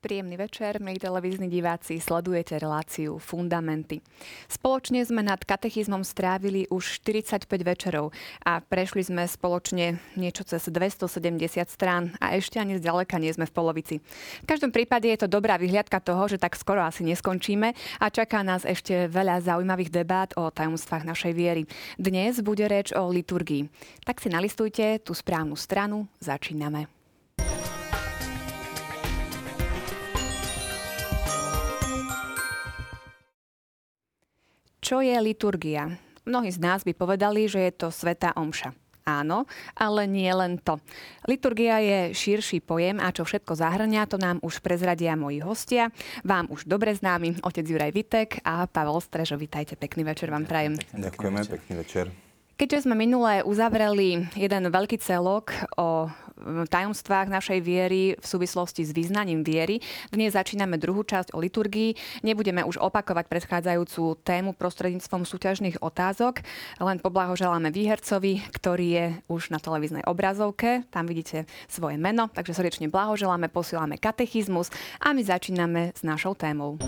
Príjemný večer, milí televízni diváci, sledujete reláciu Fundamenty. Spoločne sme nad katechizmom strávili už 45 večerov a prešli sme spoločne niečo cez 270 strán a ešte ani zďaleka nie sme v polovici. V každom prípade je to dobrá vyhliadka toho, že tak skoro asi neskončíme a čaká nás ešte veľa zaujímavých debát o tajomstvách našej viery. Dnes bude reč o liturgii. Tak si nalistujte tú správnu stranu, začíname. Čo je liturgia? Mnohí z nás by povedali, že je to svätá omša. Áno, ale nie len to. Liturgia je širší pojem a čo všetko zahŕňa, to nám už prezradia moji hostia. Vám už dobre známy otec Juraj Vitek a Pavel Strežo. Vitajte, pekný večer vám prajem. Ďakujeme, pekný večer. Keďže sme minulé uzavreli jeden veľký celok o tajomstvách našej viery v súvislosti s vyznaním viery, dnes začíname druhú časť o liturgii. Nebudeme už opakovať predchádzajúcu tému prostredníctvom súťažných otázok, len poblahoželáme výhercovi, ktorý je už na televíznej obrazovke. Tam vidíte svoje meno, takže srdečne blahoželáme, posielame katechizmus a my začíname s našou témou.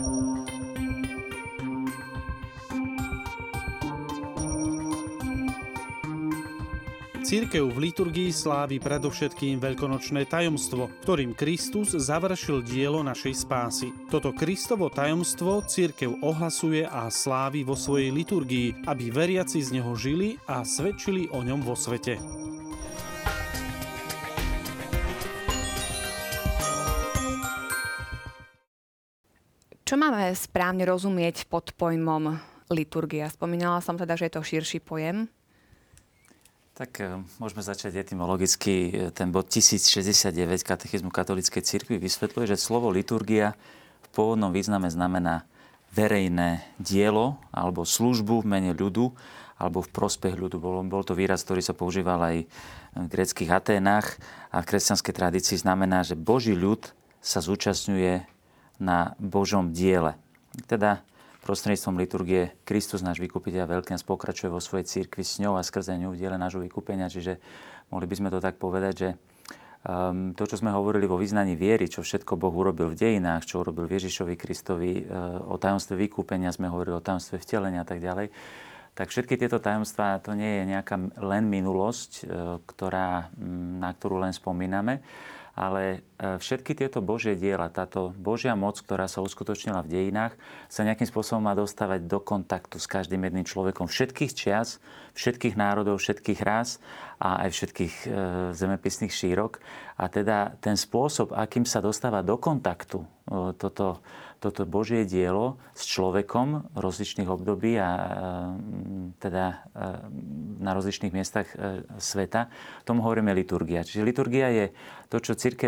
Cirkev v liturgii slávi predovšetkým veľkonočné tajomstvo, ktorým Kristus završil dielo našej spásy. Toto Kristovo tajomstvo cirkev ohlasuje a slávi vo svojej liturgii, aby veriaci z neho žili a svedčili o ňom vo svete. Čo máme správne rozumieť pod pojmom liturgia? Spomínala som teda, že je to širší pojem. Tak môžeme začať etymologicky. Ten bod 1069 katechizmu katolíckej cirkvi vysvetľuje, že slovo liturgia v pôvodnom význame znamená verejné dielo alebo službu v mene ľudu alebo v prospech ľudu. Bol to výraz, ktorý sa používal aj v gréckych Aténach a v kresťanskej tradícii znamená, že Boží ľud sa zúčastňuje na Božom diele. Teda prostredníctvom liturgie Kristus, náš vykupiteľ veľkňaz, pokračuje vo svojej cirkvi s ňou a skrze ňu v diele nášho vykúpenia. Čiže mohli by sme to tak povedať, že to, čo sme hovorili vo vyznaní viery, čo všetko Boh urobil v dejinách, čo urobil Ježišovi Kristovi, o tajomstve vykúpenia sme hovorili, o tajomstve vtelenia a tak ďalej, tak všetky tieto tajomstvá, to nie je nejaká len minulosť, na ktorú len spomíname, ale všetky tieto Božie diela, táto Božia moc, ktorá sa uskutočnila v dejinách, sa nejakým spôsobom má dostávať do kontaktu s každým jedným človekom všetkých čias, všetkých národov, všetkých rás a aj všetkých zemepisných šírok. A teda ten spôsob, akým sa dostáva do kontaktu toto Božie dielo s človekom rozličných období a teda na rozličných miestach sveta, tomu hovoríme liturgia. Čiže liturgia je to,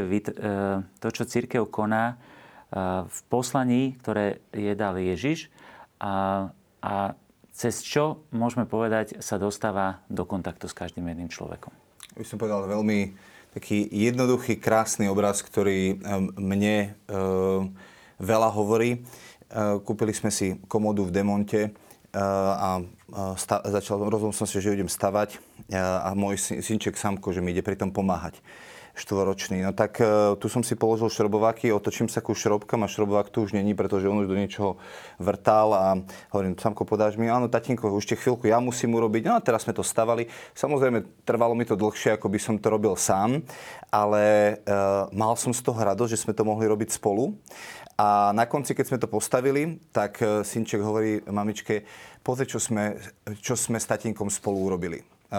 čo cirkev koná v poslaní, ktoré je dal Ježiš a cez čo, môžeme povedať, sa dostáva do kontaktu s každým jedným človekom. By som povedal veľmi taký jednoduchý, krásny obraz, ktorý mne veľa hovorí. Kúpili sme si komodu v Demonte a rozhodol som si, že idem stavať a môj synček Samko, že mi ide pri tom pomáhať. Štvoročný. No tak tu som si položil šrobováky, otočím sa ku šrobkám a šrobovák tu už není, pretože on už do niečoho vrtal a hovorím, Samko, podáš mi? Áno, tatínko, ešte chvíľku ja musím urobiť. No a teraz sme to stavali. Samozrejme, trvalo mi to dlhšie, ako by som to robil sám, ale mal som z toho radosť, že sme to mohli robiť spolu. A na konci, keď sme to postavili, tak synček hovorí mamičke, pozri, čo sme s tatínkom spolu urobili.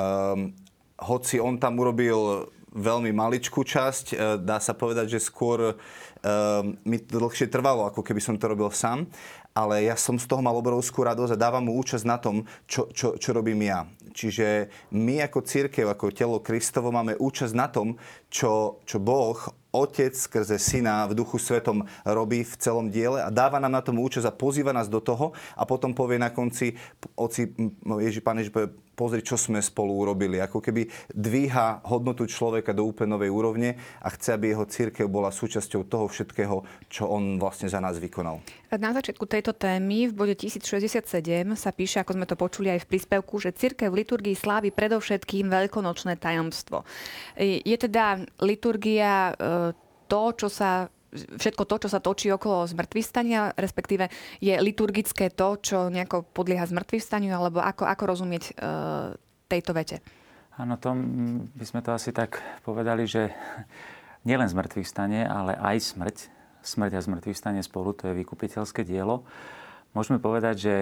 Hoci on tam urobil veľmi maličkú časť, dá sa povedať, že skôr mi to dlhšie trvalo, ako keby som to robil sám, ale ja som z toho mal obrovskú radosť a dávam mu účasť na tom, čo robím ja. Čiže my ako cirkev, ako telo Kristovo máme účasť na tom, čo Boh, Otec skrze Syna v Duchu Svetom robí v celom diele a dáva nám na tom účasť a pozýva nás do toho a potom povie na konci, Pán Ježiš povie, pozri, čo sme spolu urobili. Ako keby dvíha hodnotu človeka do úplne novej úrovne a chce, aby jeho cirkev bola súčasťou toho všetkého, čo on vlastne za nás vykonal. Na začiatku tejto témy v bode 1067 sa píše, ako sme to počuli aj v príspevku, že cirkev v liturgii slávi predovšetkým veľkonočné tajomstvo. Je teda liturgia to, čo sa všetko to, čo sa točí okolo zmŕtvychvstania, respektíve je liturgické to, čo nejako podlieha zmŕtvychvstaniu, alebo ako rozumieť tejto vete? Áno, by sme to asi tak povedali, že nielen zmŕtvychvstanie, ale aj smrť a zmŕtvychvstanie spolu, to je vykupiteľské dielo. Môžeme povedať, že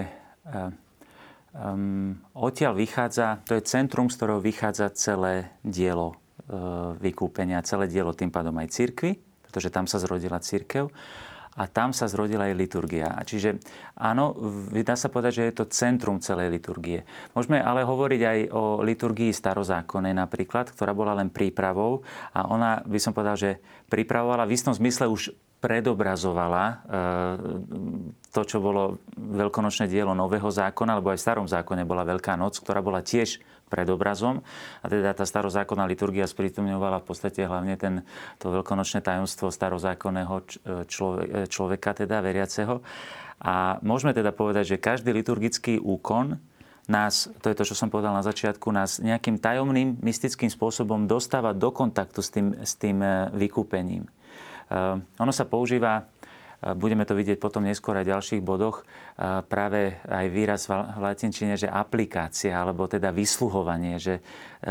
odtiaľ vychádza, to je centrum, z ktorého vychádza celé dielo vykúpenia, celé dielo tým pádom aj cirkvi, pretože tam sa zrodila cirkev a tam sa zrodila aj liturgia. Čiže áno, dá sa povedať, že je to centrum celej liturgie. Môžeme ale hovoriť aj o liturgii starozákonnej napríklad, ktorá bola len prípravou a ona, by som povedal, že pripravovala v istom zmysle už predobrazovala to, čo bolo veľkonočné dielo Nového zákona, alebo aj v Starom zákone bola Veľká noc, ktorá bola tiež predobrazom. A teda tá starozákonná liturgia sprítomňovala v podstate hlavne to veľkonočné tajomstvo starozákonného človeka, teda veriaceho. A môžeme teda povedať, že každý liturgický úkon nás, to je to, čo som povedal na začiatku, nás nejakým tajomným, mystickým spôsobom dostáva do kontaktu s tým vykúpením. Ono sa používa, budeme to vidieť potom neskôr aj v ďalších bodoch, práve aj výraz v latinčine, že aplikácia, alebo teda vysluhovanie, že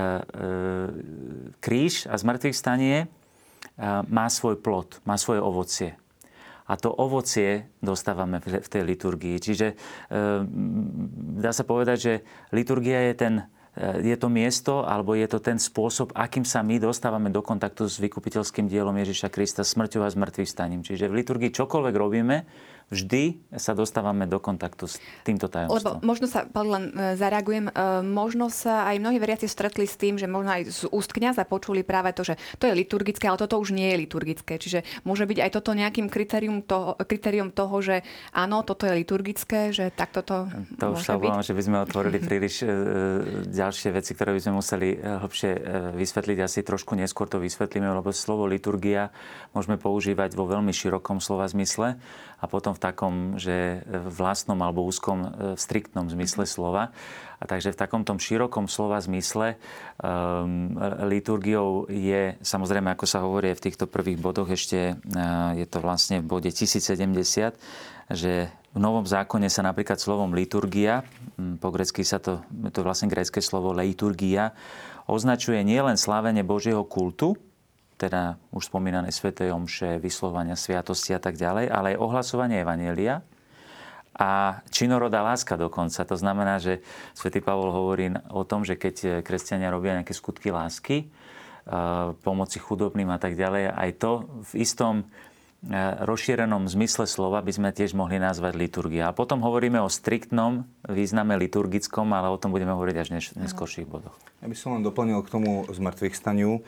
kríž a zmŕtvychvstanie má svoj plod, má svoje ovocie. A to ovocie dostávame v tej liturgii. Čiže dá sa povedať, že liturgia je to miesto, alebo je to ten spôsob, akým sa my dostávame do kontaktu s vykupiteľským dielom Ježiša Krista, smrťou a zmŕtvychvstaním. Čiže v liturgii čokoľvek robíme, vždy sa dostávame do kontaktu s týmto tajomstvom. Lebo možno sa, len zareagujem, možno sa aj mnohí veriaci stretli s tým, že možno aj z úst kňaza počuli práve to, že to je liturgické, ale toto už nie je liturgické. Čiže môže byť aj toto nejakým kritérium toho, že áno, toto je liturgické, že takto to už sa obávam, že by sme otvorili príliš ďalšie veci, ktoré by sme museli hlbšie vysvetliť. Asi trošku neskôr to vysvetlíme, lebo slovo liturgia môžeme používať vo veľmi širokom slova zmysle a potom v takom, že vlastnom alebo úzkom, striktnom zmysle slova. A takže v takomto širokom slova zmysle liturgiou je, samozrejme, ako sa hovorí v týchto prvých bodoch, ešte je to vlastne v bode 1070, že v Novom zákone sa napríklad slovom liturgia, po grécky to je vlastne grécke slovo leiturgia, označuje nielen slávenie Božieho kultu, teda už spomínané svätej omše, vyslovania sviatosti a tak ďalej, ale aj ohlasovanie evanjelia a činorodá láska dokonca. To znamená, že svätý Pavol hovorí o tom, že keď kresťania robia nejaké skutky lásky, pomoci chudobným a tak ďalej, aj to v istom rozšírenom zmysle slova by sme tiež mohli nazvať liturgia. A potom hovoríme o striktnom význame liturgickom, ale o tom budeme hovoriť až v neskorších bodoch. Ja by som len doplnil k tomu zmŕtvychvstaniu.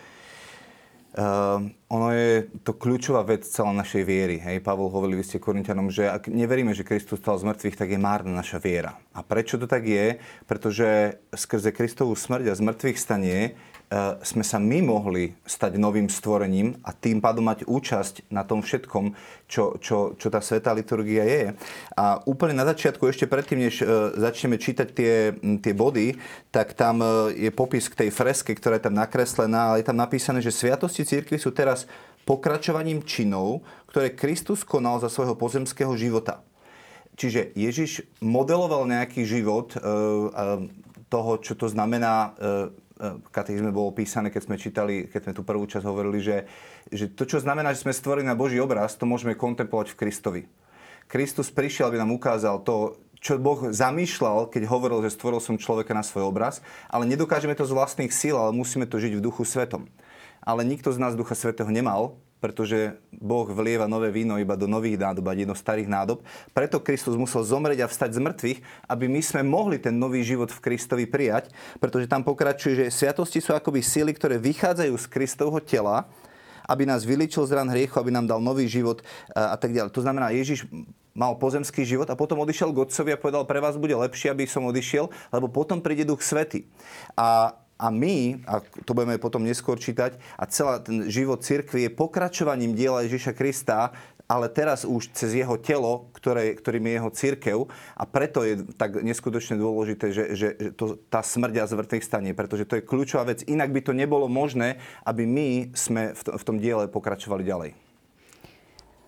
Ono je to kľúčová vec celá našej viery. Hej? Pavol hovoril v liste Korinťanom, že ak neveríme, že Kristus stal z mŕtvych, tak je márna naša viera. A prečo to tak je? Pretože skrze Kristovú smrť a zmŕtvychvstanie sme sa my mohli stať novým stvorením a tým pádom mať účasť na tom všetkom, čo tá svätá liturgia je. A úplne na začiatku, ešte predtým, než začneme čítať tie body, tak tam je popis k tej freske, ktorá je tam nakreslená, ale je tam napísané, že sviatosti cirkvi sú teraz pokračovaním činov, ktoré Kristus konal za svojho pozemského života. Čiže Ježiš modeloval nejaký život toho, čo to znamená. V katechizme bolo písané, keď sme tú prvú časť hovorili, že to, čo znamená, že sme stvorení na Boží obraz, to môžeme kontemplovať v Kristovi. Kristus prišiel, aby nám ukázal to, čo Boh zamýšľal, keď hovoril, že stvoril som človeka na svoj obraz, ale nedokážeme to z vlastných síl, ale musíme to žiť v Duchu Svetom. Ale nikto z nás Ducha Svätého nemal, pretože Boh vlieva nové víno iba do nových nádob a do starých nádob. Preto Kristus musel zomrieť a vstať z mŕtvych, aby my sme mohli ten nový život v Kristovi prijať, pretože tam pokračuje, že sviatosti sú akoby síly, ktoré vychádzajú z Kristovho tela, aby nás vylíčil z rán hriechu, aby nám dal nový život a tak ďalej. To znamená, Ježiš mal pozemský život a potom odišiel k Otcovi a povedal, pre vás bude lepšie, aby som odišiel, lebo potom príde Duch Svätý. A my, a to budeme potom neskôr čítať, a celá ten život cirkvi je pokračovaním diela Ježiša Krista, ale teraz už cez jeho telo, ktorým je jeho cirkev. A preto je tak neskutočne dôležité, že tá smrť a zmŕtvychvstanie, pretože to je kľúčová vec. Inak by to nebolo možné, aby my sme v tom diele pokračovali ďalej.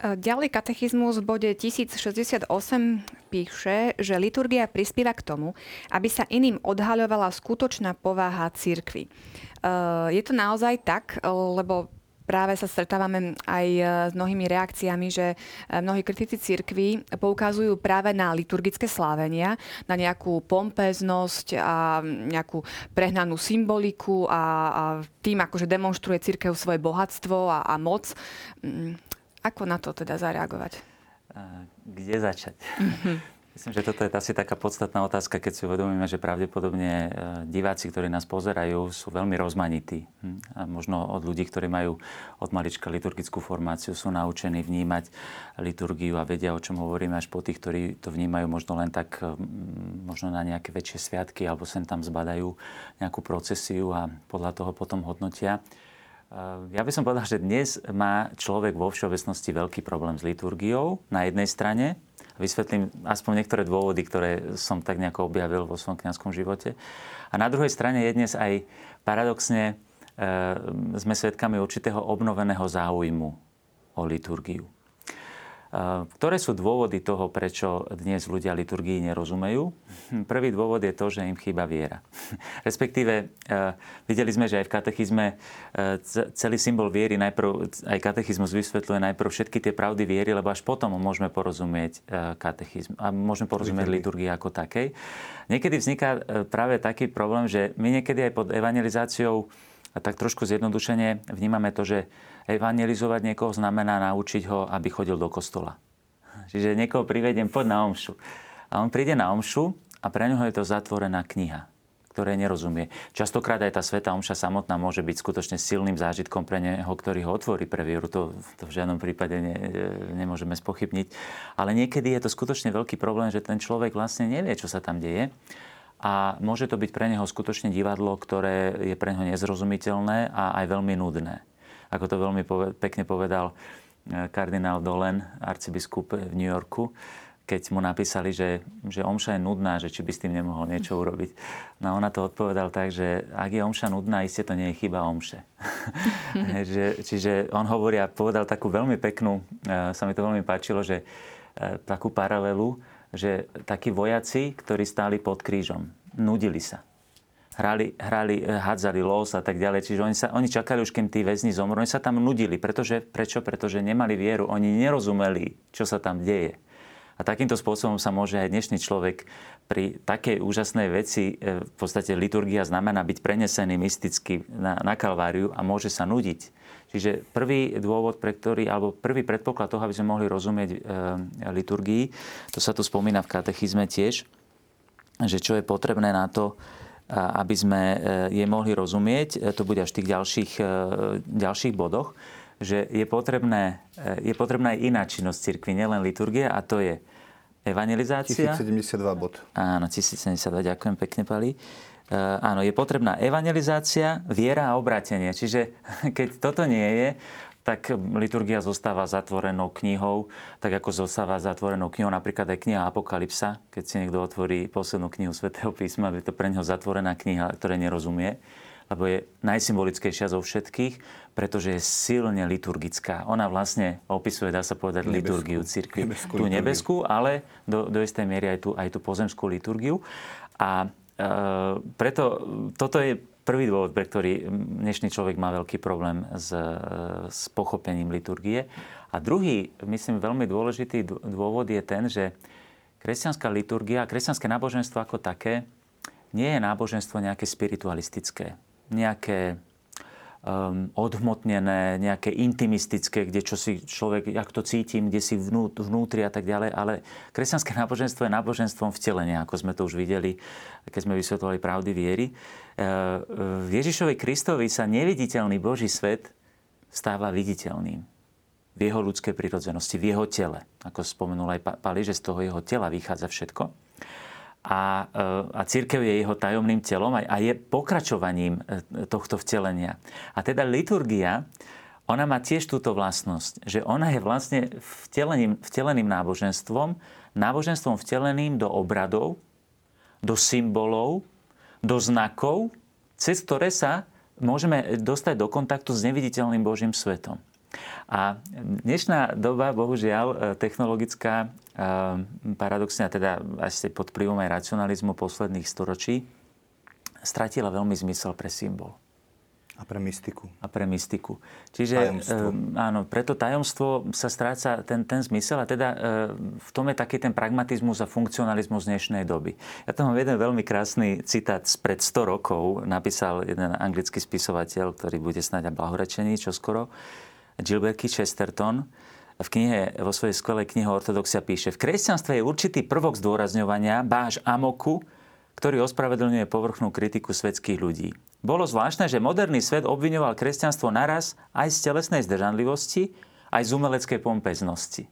Ďalej katechizmus v bode 1068 píše, že liturgia prispieva k tomu, aby sa iným odhaľovala skutočná povaha cirkvi. Je to naozaj tak, lebo práve sa stretávame aj s mnohými reakciami, že mnohí kritici cirkvi poukazujú práve na liturgické slávenia, na nejakú pompeznosť a nejakú prehnanú symboliku a tým akože demonstruje cirkev svoje bohatstvo a moc. Ako na to teda zareagovať? Kde začať? Myslím, že toto je asi taká podstatná otázka, keď si uvedomíme, že pravdepodobne diváci, ktorí nás pozerajú, sú veľmi rozmanití. A možno od ľudí, ktorí majú od malička liturgickú formáciu, sú naučení vnímať liturgiu a vedia, o čom hovoríme, až po tých, ktorí to vnímajú možno len tak, možno na nejaké väčšie sviatky, alebo sem tam zbadajú nejakú procesiu a podľa toho potom hodnotia. Ja by som povedal, že dnes má človek vo všeobecnosti veľký problém s liturgiou na jednej strane. Vysvetlím aspoň niektoré dôvody, ktoré som tak nejako objavil vo svojom kňazskom živote. A na druhej strane je dnes aj paradoxne sme svedkami určitého obnoveného záujmu o liturgiu. Ktoré sú dôvody toho, prečo dnes ľudia liturgii nerozumejú? Prvý dôvod je to, že im chýba viera. Respektíve, videli sme, že aj v katechizme celý symbol viery, najprv aj katechizmus vysvetľuje najprv všetky tie pravdy viery, lebo až potom môžeme porozumieť katechizmu a môžeme porozumieť liturgii ako takej. Niekedy vzniká práve taký problém, že my niekedy aj pod evangelizáciou a tak trošku zjednodušene vnímame to, že evangelizovať niekoho znamená naučiť ho, aby chodil do kostola. Čiže niekoho privediem, poď na omšu. A on príde na omšu a pre ňoho je to zatvorená kniha, ktorej nerozumie. Častokrát aj tá svätá omša samotná môže byť skutočne silným zážitkom pre neho, ktorý ho otvorí pre vieru. To v žiadnom prípade nemôžeme spochybniť. Ale niekedy je to skutočne veľký problém, že ten človek vlastne nevie, čo sa tam deje. A môže to byť pre neho skutočne divadlo, ktoré je pre neho nezrozumiteľné a aj veľmi nudné. Ako to veľmi pekne povedal kardinál Dolan, arcibiskup v New Yorku, keď mu napísali, že omša je nudná, že či by s tým nemohol niečo urobiť. No a on na to odpovedal tak, že ak je omša nudná, iste to nie je chyba omše. Čiže on povedal takú veľmi peknú, sa mi to veľmi páčilo, že takú paralelu, že takí vojaci, ktorí stáli pod krížom, nudili sa. Hrali, hádzali los a tak ďalej. Čiže oni čakali už, kým tí väzni zomrú. Oni sa tam nudili. Prečo? Pretože nemali vieru. Oni nerozumeli, čo sa tam deje. A takýmto spôsobom sa môže aj dnešný človek pri takej úžasnej veci, v podstate liturgia znamená byť prenesený mysticky na Kalváriu a môže sa nudiť. Čiže prvý dôvod, alebo prvý predpoklad toho, aby sme mohli rozumieť liturgii, to sa tu spomína v katechizme tiež, že čo je potrebné na to, aby sme je mohli rozumieť, to bude až v tých ďalších bodoch, že je potrebná aj iná činnosť cirkvi, nielen liturgia, a to je evangelizácia. 1072 bod. Áno, 1072, ďakujem pekne, Pali. Áno, je potrebná evangelizácia, viera a obrátenie. Čiže keď toto nie je, tak liturgia zostáva zatvorenou knihou, tak ako zostáva zatvorenou knihou napríklad aj kniha Apokalypsa, keď si niekto otvorí poslednú knihu Svätého písma, je to pre neho zatvorená kniha, ktoré nerozumie, lebo je najsymbolickejšia zo všetkých, pretože je silne liturgická. Ona vlastne opisuje, dá sa povedať, liturgiu cirkvi. Tú nebeskú, ale do istej miery aj tú pozemskú liturgiu. A preto toto je prvý dôvod, pre ktorý dnešný človek má veľký problém s pochopením liturgie. A druhý, myslím, veľmi dôležitý dôvod je ten, že kresťanská liturgia, kresťanské náboženstvo ako také nie je náboženstvo nejaké spiritualistické, nejaké odhmotnené, nejaké intimistické, kde čo si človek, jak to cítim, kde si vnútri a tak ďalej, ale kresťanské náboženstvo je náboženstvom vtelenia, ako sme to už videli, keď sme vysvetľovali pravdy viery. V Ježišovi Kristovi sa neviditeľný Boží svet stáva viditeľným v jeho ľudskej prirodzenosti, v jeho tele. Ako spomenul aj Pali, že z toho jeho tela vychádza všetko. A cirkev je jeho tajomným telom a je pokračovaním tohto vtelenia. A teda liturgia, ona má tiež túto vlastnosť, že ona je vlastne vteleným náboženstvom vteleným do obradov, do symbolov, do znakov, cez ktoré sa môžeme dostať do kontaktu s neviditeľným Božím svetom. A dnešná doba, bohužiaľ, technologická, paradoxne, teda asi pod vplyvom aj racionalizmu posledných storočí, stratila veľmi zmysel pre symbol. A pre mystiku. Čiže Tajomstvo. áno, preto tajomstvo sa stráca ten zmysel a teda v tom je taký ten pragmatizmus a funkcionalizmus dnešnej doby. Ja tam mám jeden veľmi krásny citát spred 100 rokov. Napísal jeden anglický spisovateľ, ktorý bude snáď blahorečený čoskoro, Gilbert Chesterton. Vo svojej skvelej knihe Ortodoxia píše: v kresťanstve je určitý prvok zdôrazňovania, báž amoku, ktorý ospravedlňuje povrchnú kritiku svetských ľudí. Bolo zvláštne, že moderný svet obviňoval kresťanstvo naraz aj z telesnej zdržanlivosti, aj z umeleckej pompeznosti.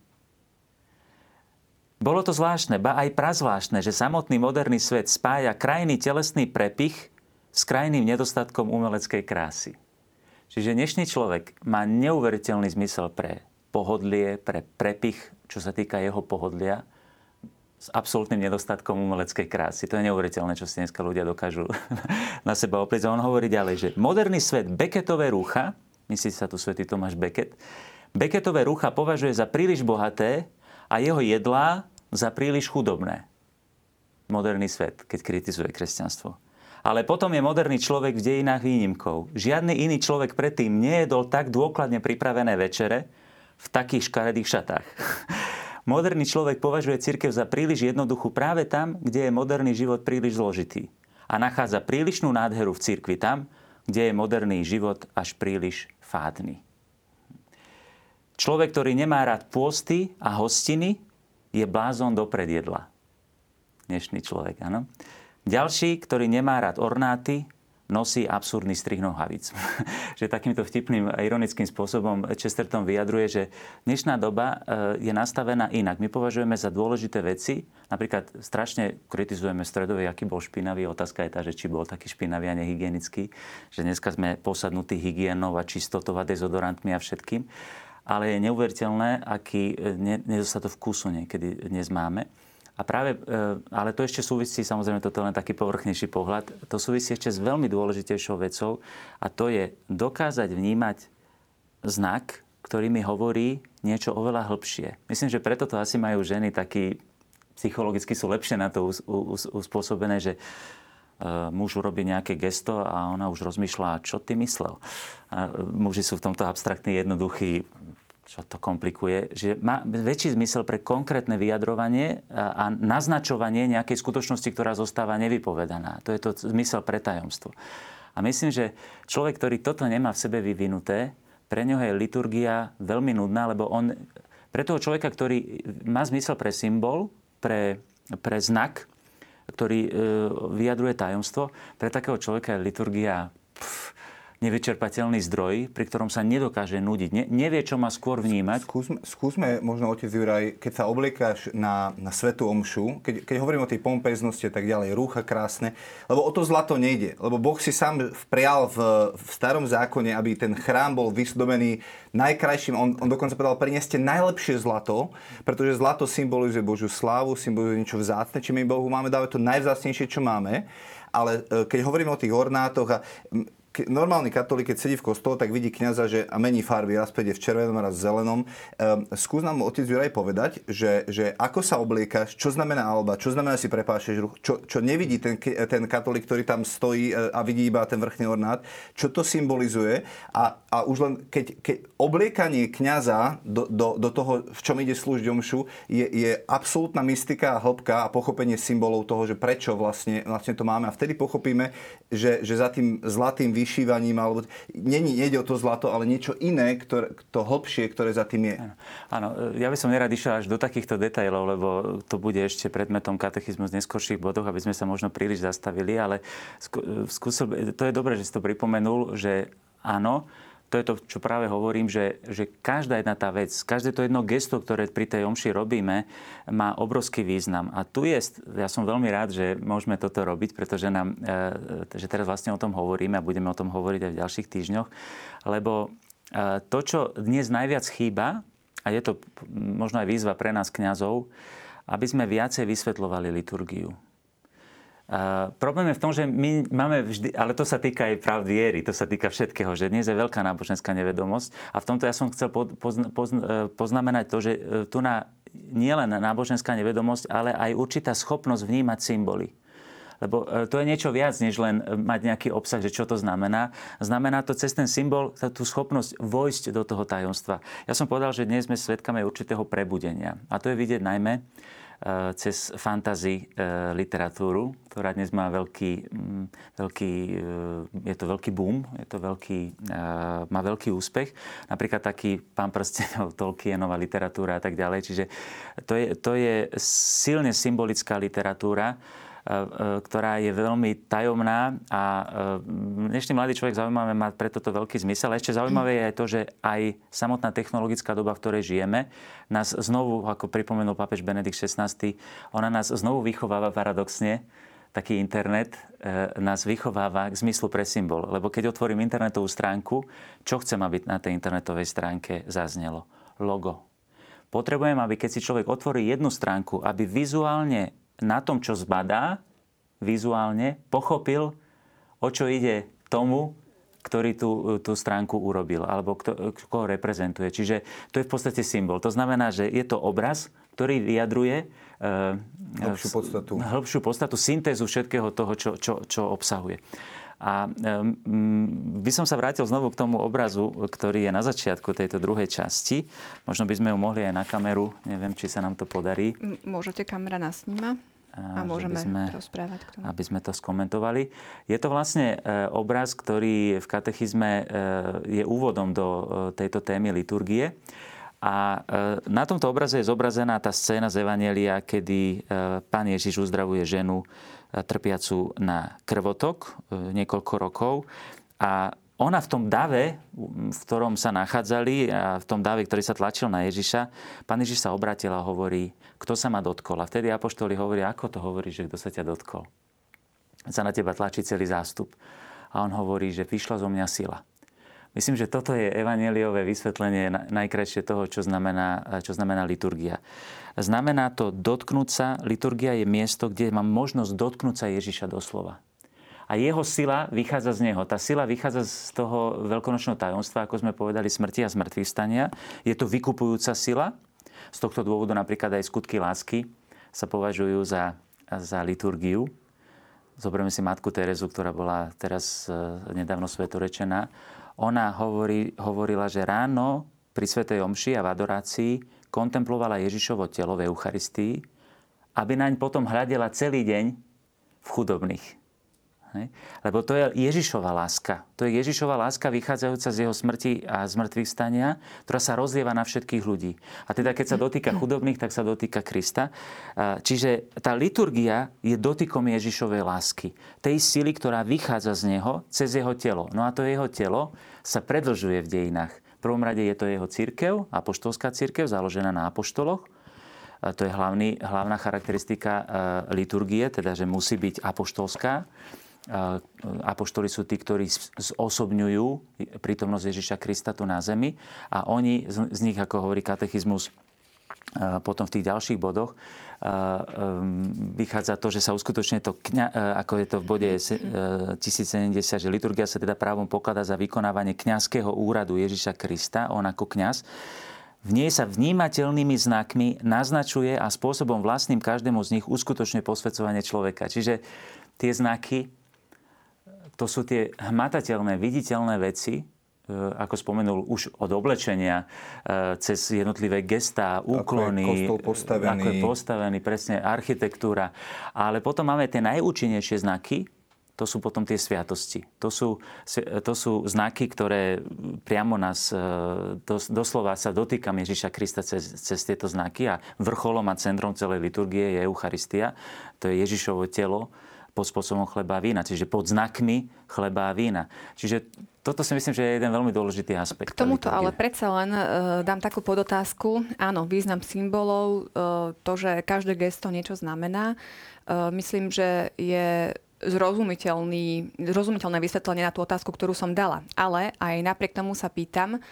Bolo to zvláštne, ba aj prazvláštne, že samotný moderný svet spája krajný telesný prepich s krajným nedostatkom umeleckej krásy. Čiže dnešný človek má neuveriteľný zmysel pre pohodlie, pre prepich, čo sa týka jeho pohodlia, s absolútnym nedostatkom umeleckej krásy. To je neuveriteľné, čo si dneska ľudia dokážu na seba oprieť. A on hovorí ďalej, že moderný svet Becketové rúcha, myslí sa tu svätý Tomáš Becket, Becketové rúcha považuje za príliš bohaté a jeho jedlá za príliš chudobné. Moderný svet, keď kritizuje kresťanstvo. Ale potom je moderný človek v dejinách výnimkou. Žiadny iný človek predtým nejedol tak dôkladne pripravené večere v takých škaredých šatách. Moderný človek považuje cirkev za príliš jednoduchú práve tam, kde je moderný život príliš zložitý. A nachádza prílišnú nádheru v cirkvi tam, kde je moderný život až príliš fádny. Človek, ktorý nemá rád pôsty a hostiny, je blázon do predjedla. Dnešný človek, áno. Ďalší, ktorý nemá rád ornáty, nosí absurdný strih nohavíc. Že takýmto vtipným a ironickým spôsobom Chesterton vyjadruje, že dnešná doba je nastavená inak. My považujeme za dôležité veci, napríklad strašne kritizujeme stredovek, aký bol špinavý. Otázka je tá, že či bol taký špinavý a nehygienický. Že dneska sme posadnutí hygienou a čistotou a dezodorantmi a všetkým. Ale je neuveriteľné, aký nedostatok vkusu niekedy dnes máme. A práve, ale to ešte súvisí, samozrejme, toto je len taký povrchnejší pohľad, to súvisí ešte s veľmi dôležitejšou vecou a to je dokázať vnímať znak, ktorý mi hovorí niečo oveľa hlbšie. Myslím, že preto to asi majú ženy taký, psychologicky sú lepšie na to uspôsobené, že muž urobí nejaké gesto a ona už rozmýšľa, čo ty myslel. A muži sú v tomto abstraktní, jednoduchí, čo to komplikuje, že má väčší zmysel pre konkrétne vyjadrovanie a naznačovanie nejakej skutočnosti, ktorá zostáva nevypovedaná. To je to zmysel pre tajomstvo. A myslím, že človek, ktorý toto nemá v sebe vyvinuté, pre ňoho je liturgia veľmi nudná, lebo on, pre toho človeka, ktorý má zmysel pre symbol, pre znak, ktorý vyjadruje tajomstvo, pre takého človeka je liturgia nevyčerpateľný zdroj, pri ktorom sa nedokáže nudiť. Nevie, čo má skôr vnímať. Skúsme možno, otec Juraj, keď sa obliekáš na svätú omšu, keď hovorím o tej pompeznosti a tak ďalej, rúcha krásne, lebo o to zlato nejde. Lebo Boh si sám vprial v starom zákone, aby ten chrám bol vysdobený najkrajším. On dokonca povedal, prineste najlepšie zlato, pretože zlato symbolizuje Božiu slávu, symbolizuje niečo vzácne, či my Bohu máme dávať to najvzácnejšie, čo máme. Ale keď hovoríme o tých ornátoch a normálny katolík, keď sedí v kostole, tak vidí kňaza, že a mení farby, raz pôjde v červenom, raz v zelenom. Skús nám, otec Juraj, povedať, že ako sa obliekaš, čo znamená alba, čo znamená si prepášeš ruch, čo nevidí ten katolík, ktorý tam stojí a vidí iba ten vrchný ornát, čo to symbolizuje a už len keď obliekanie kňaza do toho, v čom ide slúžiť omšu, je absolútna mystika a hĺbka a pochopenie symbolov toho, že prečo vlastne to máme. A vtedy pochopíme, že za tým zlatým vyšívaním, alebo nejde o to zlato, ale niečo iné, to hlbšie, ktoré za tým je. Áno, ja by som nerad išiel až do takýchto detailov, lebo to bude ešte predmetom katechizmu z neskorších bodoch, aby sme sa možno príliš zastavili, ale to je dobré, že si to pripomenul, že áno, to je to, čo práve hovorím, že každá jedna tá vec, každé to jedno gesto, ktoré pri tej omši robíme, má obrovský význam. A tu ja som veľmi rád, že môžeme toto robiť, pretože že teraz vlastne o tom hovoríme a budeme o tom hovoriť aj v ďalších týždňoch, lebo to, čo dnes najviac chýba, a je to možno aj výzva pre nás kňazov, aby sme viacej vysvetľovali liturgiu. Problém je v tom, že my máme vždy, ale to sa týka aj práv viery, to sa týka všetkého, že dnes je veľká náboženská nevedomosť a v tomto ja som chcel poznamenať to, že tu nie len náboženská nevedomosť, ale aj určitá schopnosť vnímať symboly. Lebo to je niečo viac, než len mať nejaký obsah, že čo to znamená. Znamená to cez ten symbol tú schopnosť vojsť do toho tajomstva. Ja som povedal, že dnes sme svedkami určitého prebudenia. A to je vidieť najmä cez fantasy literatúru, ktorá dnes má je to veľký boom, má veľký úspech. Napríklad taký Pán prstenov, Tolkienová literatúra a tak ďalej. Čiže to je silne symbolická literatúra, ktorá je veľmi tajomná a dnešný mladý človek zaujímavé má preto to veľký zmysel. A ešte zaujímavé je aj to, že aj samotná technologická doba, v ktorej žijeme, nás znovu, ako pripomenul pápež Benedikt XVI, ona nás znovu vychováva paradoxne, taký internet nás vychováva k zmyslu pre symbol. Lebo keď otvorím internetovú stránku, čo chcem, aby na tej internetovej stránke zaznelo? Logo. Potrebujem, aby keď si človek otvorí jednu stránku, aby vizuálne na tom, čo zbadá, vizuálne pochopil, o čo ide tomu, ktorý tú stránku urobil, alebo koho reprezentuje. Čiže to je v podstate symbol. To znamená, že je to obraz, ktorý vyjadruje hĺbšiu podstatu, syntézu všetkého toho, čo obsahuje. A by som sa vrátil znovu k tomu obrazu, ktorý je na začiatku tejto druhej časti. Možno by sme ju mohli aj na kameru. Neviem, či sa nám to podarí. Môžete, kamera nás sníma. A môžeme rozprávať k tomu. Aby sme to skomentovali. Je to vlastne obraz, ktorý v katechizme je úvodom do tejto témy liturgie. A na tomto obraze je zobrazená tá scéna z Evanjelia, kedy Pán Ježiš uzdravuje ženu trpiacu na krvotok niekoľko rokov. A ona v tom dave, v ktorom sa nachádzali, a v tom dave, ktorý sa tlačil na Ježiša, Pán Ježiš sa obrátil a hovorí, kto sa ma dotkol. A vtedy apoštoli hovorí, ako to hovorí, že kto sa ťa dotkol. Sa na teba tlačí celý zástup. A on hovorí, že vyšla zo mňa sila. Myslím, že toto je evanjeliové vysvetlenie najkrajšie toho, čo znamená liturgia. Znamená to dotknúť sa, liturgia je miesto, kde mám možnosť dotknúť sa Ježiša doslova. A jeho sila vychádza z neho. Tá sila vychádza z toho veľkonočného tajomstva, ako sme povedali, smrti a zmŕtvychvstania. Je to vykupujúca sila. Z tohto dôvodu napríklad aj skutky lásky sa považujú za liturgiu. Zoberme si matku Terezu, ktorá bola teraz nedávno svetorečená. Ona hovorila, že ráno pri svätej omši a v adorácii kontemplovala Ježišovo telo v Eucharistii, aby naň potom hľadela celý deň v chudobných. Lebo to je Ježišova láska. To je Ježišova láska vychádzajúca z jeho smrti a zmŕtvychvstania, ktorá sa rozlieva na všetkých ľudí. A teda keď sa dotýka chudobných, tak sa dotýka Krista. Čiže tá liturgia je dotykom Ježišovej lásky. Tej sily, ktorá vychádza z neho cez jeho telo. No a to jeho telo sa predĺžuje v dejinách. V prvom rade je to jeho cirkev, apoštolská cirkev, založená na apoštoloch. To je hlavná charakteristika liturgie, teda že musí byť apoštolská. Apoštoli sú tí, ktorí zosobňujú prítomnosť Ježiša Krista tu na zemi a oni z nich, ako hovorí katechizmus potom v tých ďalších bodoch, vychádza to, že sa uskutočne to, ako je to v bode 1070, že liturgia sa teda právom pokladá za vykonávanie kňazského úradu Ježiša Krista, on ako kňaz. V nej sa vnímateľnými znakmi naznačuje a spôsobom vlastným každému z nich uskutočne posväcovanie človeka. Čiže tie znaky, to sú tie hmatateľné, viditeľné veci, ako spomenul, už od oblečenia, cez jednotlivé gestá, úklony, ako je postavený, presne architektúra. Ale potom máme tie najúčinnejšie znaky, to sú potom tie sviatosti. To sú znaky, ktoré priamo nás, doslova sa dotýkame Ježiša Krista cez tieto znaky a vrcholom a centrom celej liturgie je Eucharistia. To je Ježišovo telo pod spôsobom chleba a vína, čiže pod znakmi chleba a vína. Čiže toto si myslím, že je jeden veľmi dôležitý aspekt. K tomuto ale predsa len dám takú podotázku. Áno, význam symbolov, to, že každé gesto niečo znamená. Myslím, že je zrozumiteľné vysvetlenie na tú otázku, ktorú som dala. Ale aj napriek tomu sa pýtam,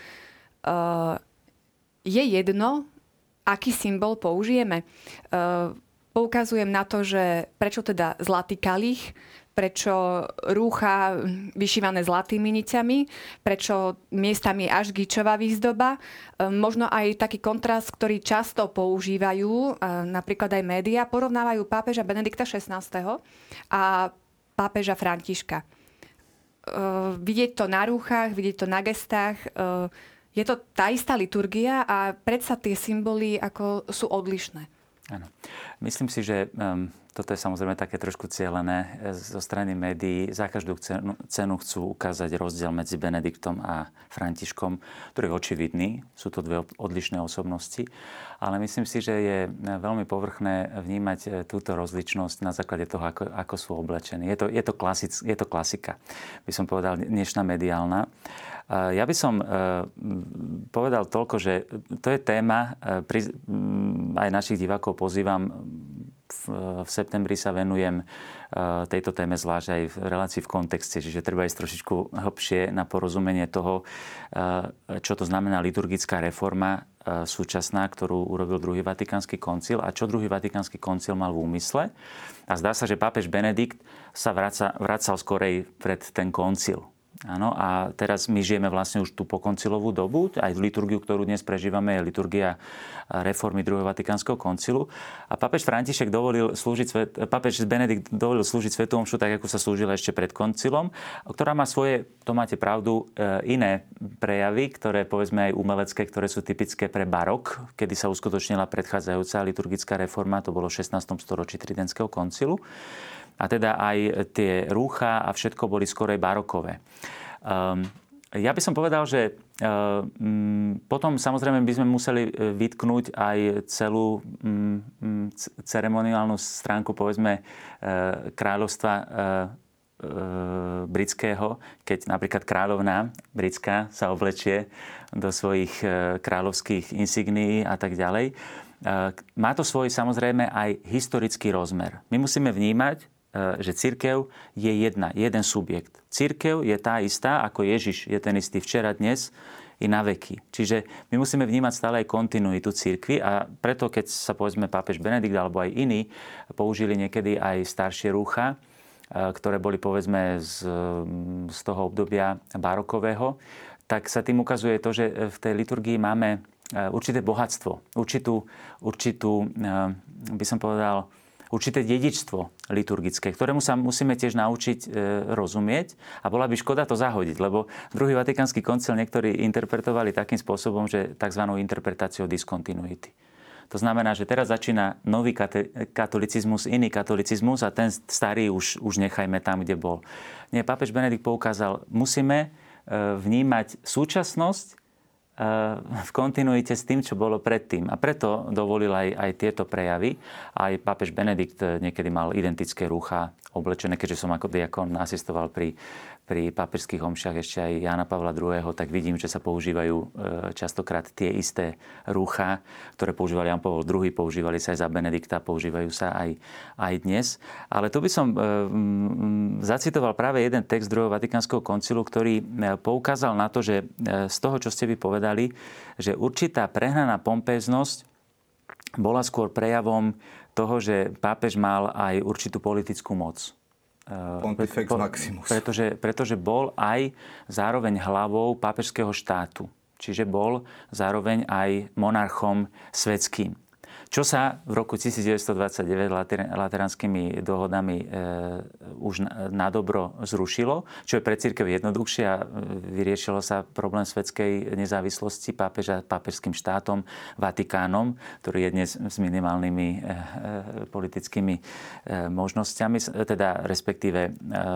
je jedno, aký symbol použijeme? poukazujem na to, že prečo teda zlatý kalich, prečo rúcha vyšívané zlatými niťami, prečo miestami až gíčová výzdoba. Možno aj taký kontrast, ktorý často používajú, napríklad aj médiá, porovnávajú pápeža Benedikta XVI a pápeža Františka. Vidieť to na rúchach, vidieť to na gestách. Je to tá istá liturgia a predsa tie symboly ako sú odlišné. Áno. Myslím si, že toto je samozrejme také trošku cielené zo strany médií. Za každú cenu chcú ukázať rozdiel medzi Benediktom a Františkom, ktorý je očividný. Sú to dve odlišné osobnosti. Ale myslím si, že je veľmi povrchné vnímať túto rozličnosť na základe toho, ako sú oblečení. Je to klasika, by som povedal, dnešná mediálna. Ja by som povedal toľko, že to je téma, aj našich divákov pozývam, v septembri sa venujem tejto téme zvlášť aj v relácii v kontexte, čiže treba ísť trošičku hlbšie na porozumenie toho, čo to znamená liturgická reforma súčasná, ktorú urobil druhý Vatikánsky koncil a čo druhý Vatikánsky koncil mal v úmysle. A zdá sa, že pápež Benedikt sa vracal skorej pred ten koncil. Áno, a teraz my žijeme vlastne už tú pokoncilovú dobu. Aj liturgiu, ktorú dnes prežívame, je liturgia reformy druhého Vatikánskeho koncilu. A pápež Benedikt dovolil slúžiť svätú omšu tak, ako sa slúžila ešte pred koncilom, ktorá má svoje, to máte pravdu, iné prejavy, ktoré povedzme aj umelecké, ktoré sú typické pre barok, kedy sa uskutočnila predchádzajúca liturgická reforma, to bolo v 16. storočí Tridentského koncilu. A teda aj tie rúcha a všetko boli skorej barokové. Ja by som povedal, že potom samozrejme by sme museli vytknúť aj celú ceremoniálnu stránku, povedzme, kráľovstva britského, keď napríklad kráľovná britská sa oblečie do svojich kráľovských insignií a tak ďalej. Má to svoj samozrejme aj historický rozmer. My musíme vnímať, že cirkev je jeden subjekt. Cirkev je tá istá, ako Ježiš je ten istý včera, dnes i na veky. Čiže my musíme vnímať stále aj kontinuitu cirkvi a preto, keď sa povedzme pápež Benedikt alebo aj iní použili niekedy aj staršie rúcha, ktoré boli povedzme z toho obdobia barokového, tak sa tým ukazuje to, že v tej liturgii máme určité bohatstvo, určitú by som povedal, určité dedičstvo liturgické, ktorému sa musíme tiež naučiť rozumieť a bola by škoda to zahodiť, lebo druhý Vatikánsky koncil niektorí interpretovali takým spôsobom, že tzv. Interpretáciou diskontinuity. To znamená, že teraz začína nový katolicizmus, iný katolicizmus a ten starý už nechajme tam, kde bol. Nie, pápež Benedikt poukázal, musíme vnímať súčasnosť v kontinuite s tým, čo bolo predtým. A preto dovolil aj tieto prejavy. Aj pápež Benedikt niekedy mal identické rúcha oblečené, keďže som ako diakon asistoval pri pápežských omšiach ešte aj Jána Pavla II., tak vidím, že sa používajú častokrát tie isté rúcha, ktoré používal Ján Pavol II, používali sa aj za Benedikta, používajú sa aj dnes. Ale tu by som zacitoval práve jeden text druhého Vatikánskeho koncilu, ktorý poukázal na to, že z toho, čo ste vy povedali, že určitá prehnaná pompéznosť bola skôr prejavom toho, že pápež mal aj určitú politickú moc. Pontifex Maximus. Pretože bol aj zároveň hlavou pápežského štátu. Čiže bol zároveň aj monarchom svetským. Čo sa v roku 1929 lateránskymi dohodami už nadobro zrušilo, čo je pre cirkev jednoduchšie a vyriešilo sa problém svetskej nezávislosti pápeža pápežským štátom, Vatikánom, ktorý je dnes s minimálnymi politickými možnosťami, teda respektíve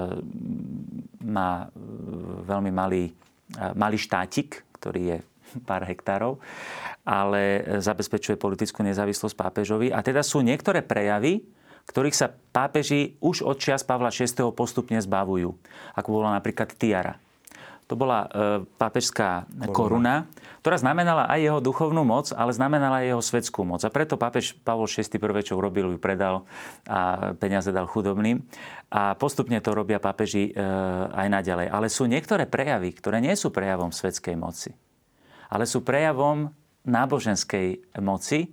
má veľmi malý štátik, ktorý je pár hektárov, ale zabezpečuje politickú nezávislosť pápežovi. A teda sú niektoré prejavy, ktorých sa pápeži už od čias Pavla VI. Postupne zbavujú. Ako bola napríklad tiara. To bola pápežská koruna, ktorá znamenala aj jeho duchovnú moc, ale znamenala aj jeho svetskú moc. A preto pápež Pavol VI. Prvé, čo urobil, ju predal a peniaze dal chudobným. A postupne to robia pápeži aj naďalej. Ale sú niektoré prejavy, ktoré nie sú prejavom svetskej moci, ale sú prejavom náboženskej moci,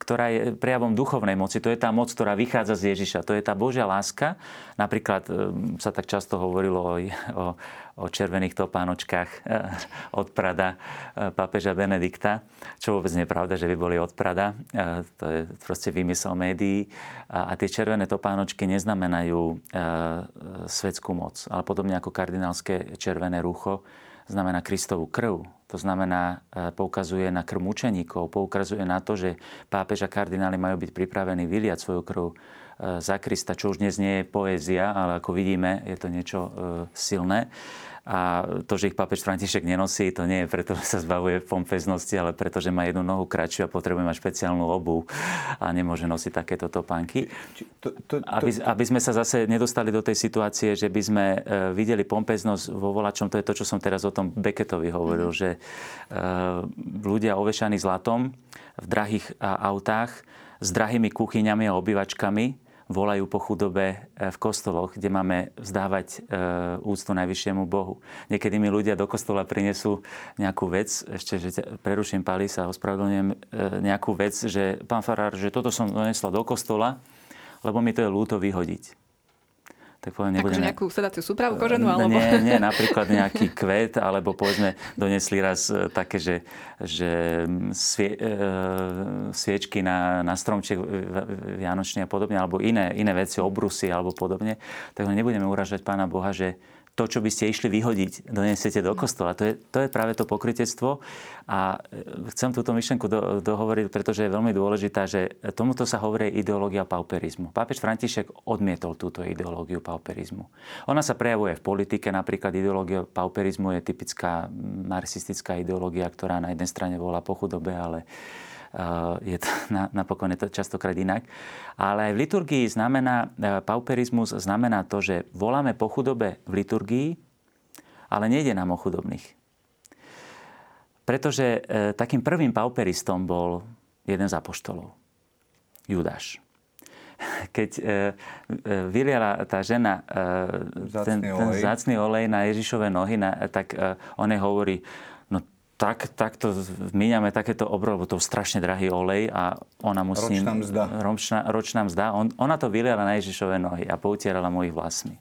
ktorá je prejavom duchovnej moci. To je tá moc, ktorá vychádza z Ježiša. To je tá Božia láska. Napríklad sa tak často hovorilo o červených topánočkách od Prada pápeža Benedikta, čo vôbec nie je pravda, že by boli od Prada. To je proste výmysel médií. A tie červené topánočky neznamenajú svetskú moc, ale podobne ako kardinálske červené rúcho znamená Kristovú krv. To znamená, poukazuje na krv mučeníkov, poukazuje na to, že pápež a kardináli majú byť pripravení vyliať svoju krv za Krista, čo už dnes nie je poézia, ale ako vidíme, je to niečo silné. A to, že ich pápež František nenosí, to nie je preto, že sa zbavuje pompeznosti, ale preto, že má jednu nohu kratšiu a potrebuje mať špeciálnu obuv a nemôže nosiť takéto topánky. Aby sme sa zase nedostali do tej situácie, že by sme videli pompeznosť vo volačom, to je to, čo som teraz o tom Beckettovi hovoril, že ľudia ovešaní zlatom v drahých autách s drahými kuchyňami a obývačkami volajú po chudobe v kostoloch, kde máme vzdávať úctu najvyššiemu Bohu. Niekedy mi ľudia do kostola prinesú nejakú vec, ešte, že preruším, Pali, sa ospravedlňujem, nejakú vec, že pán farár, že toto som donesla do kostola, lebo mi to je ľúto vyhodiť. Tak poviem, nebudeme... Takže nejakú sedaciu súpravu koženú? Alebo... Nie, napríklad nejaký kvet, alebo povedzme, donesli raz také, že sviečky na stromček vianočný a podobne, alebo iné veci, obrusy alebo podobne. Tak nebudeme uražať Pána Boha, že to, čo by ste išli vyhodiť, donesiete do kostola. To je práve to pokrytectvo. A chcem túto myšlenku dohovoriť, pretože je veľmi dôležitá, že tomuto sa hovorí ideológia pauperizmu. Pápež František odmietol túto ideológiu pauperizmu. Ona sa prejavuje v politike. Napríklad ideológia pauperizmu je typická marxistická ideológia, ktorá na jednej strane volá po chudobe, ale napokon je to častokrát inak. Ale aj v liturgii pauperizmus znamená to, že voláme po chudobe v liturgii, ale nejde nám o chudobných. Pretože takým prvým pauperistom bol jeden z apoštolov, Judáš. Keď vyliala tá žena ten vzácny olej na Ježišove nohy, tak on jej hovorí, takto míňame takéto lebo to strašne drahý olej a ona mu s ním... Ročná mzda. Ona to vyliala na Ježišove nohy a poutierala mu ich vlasmi.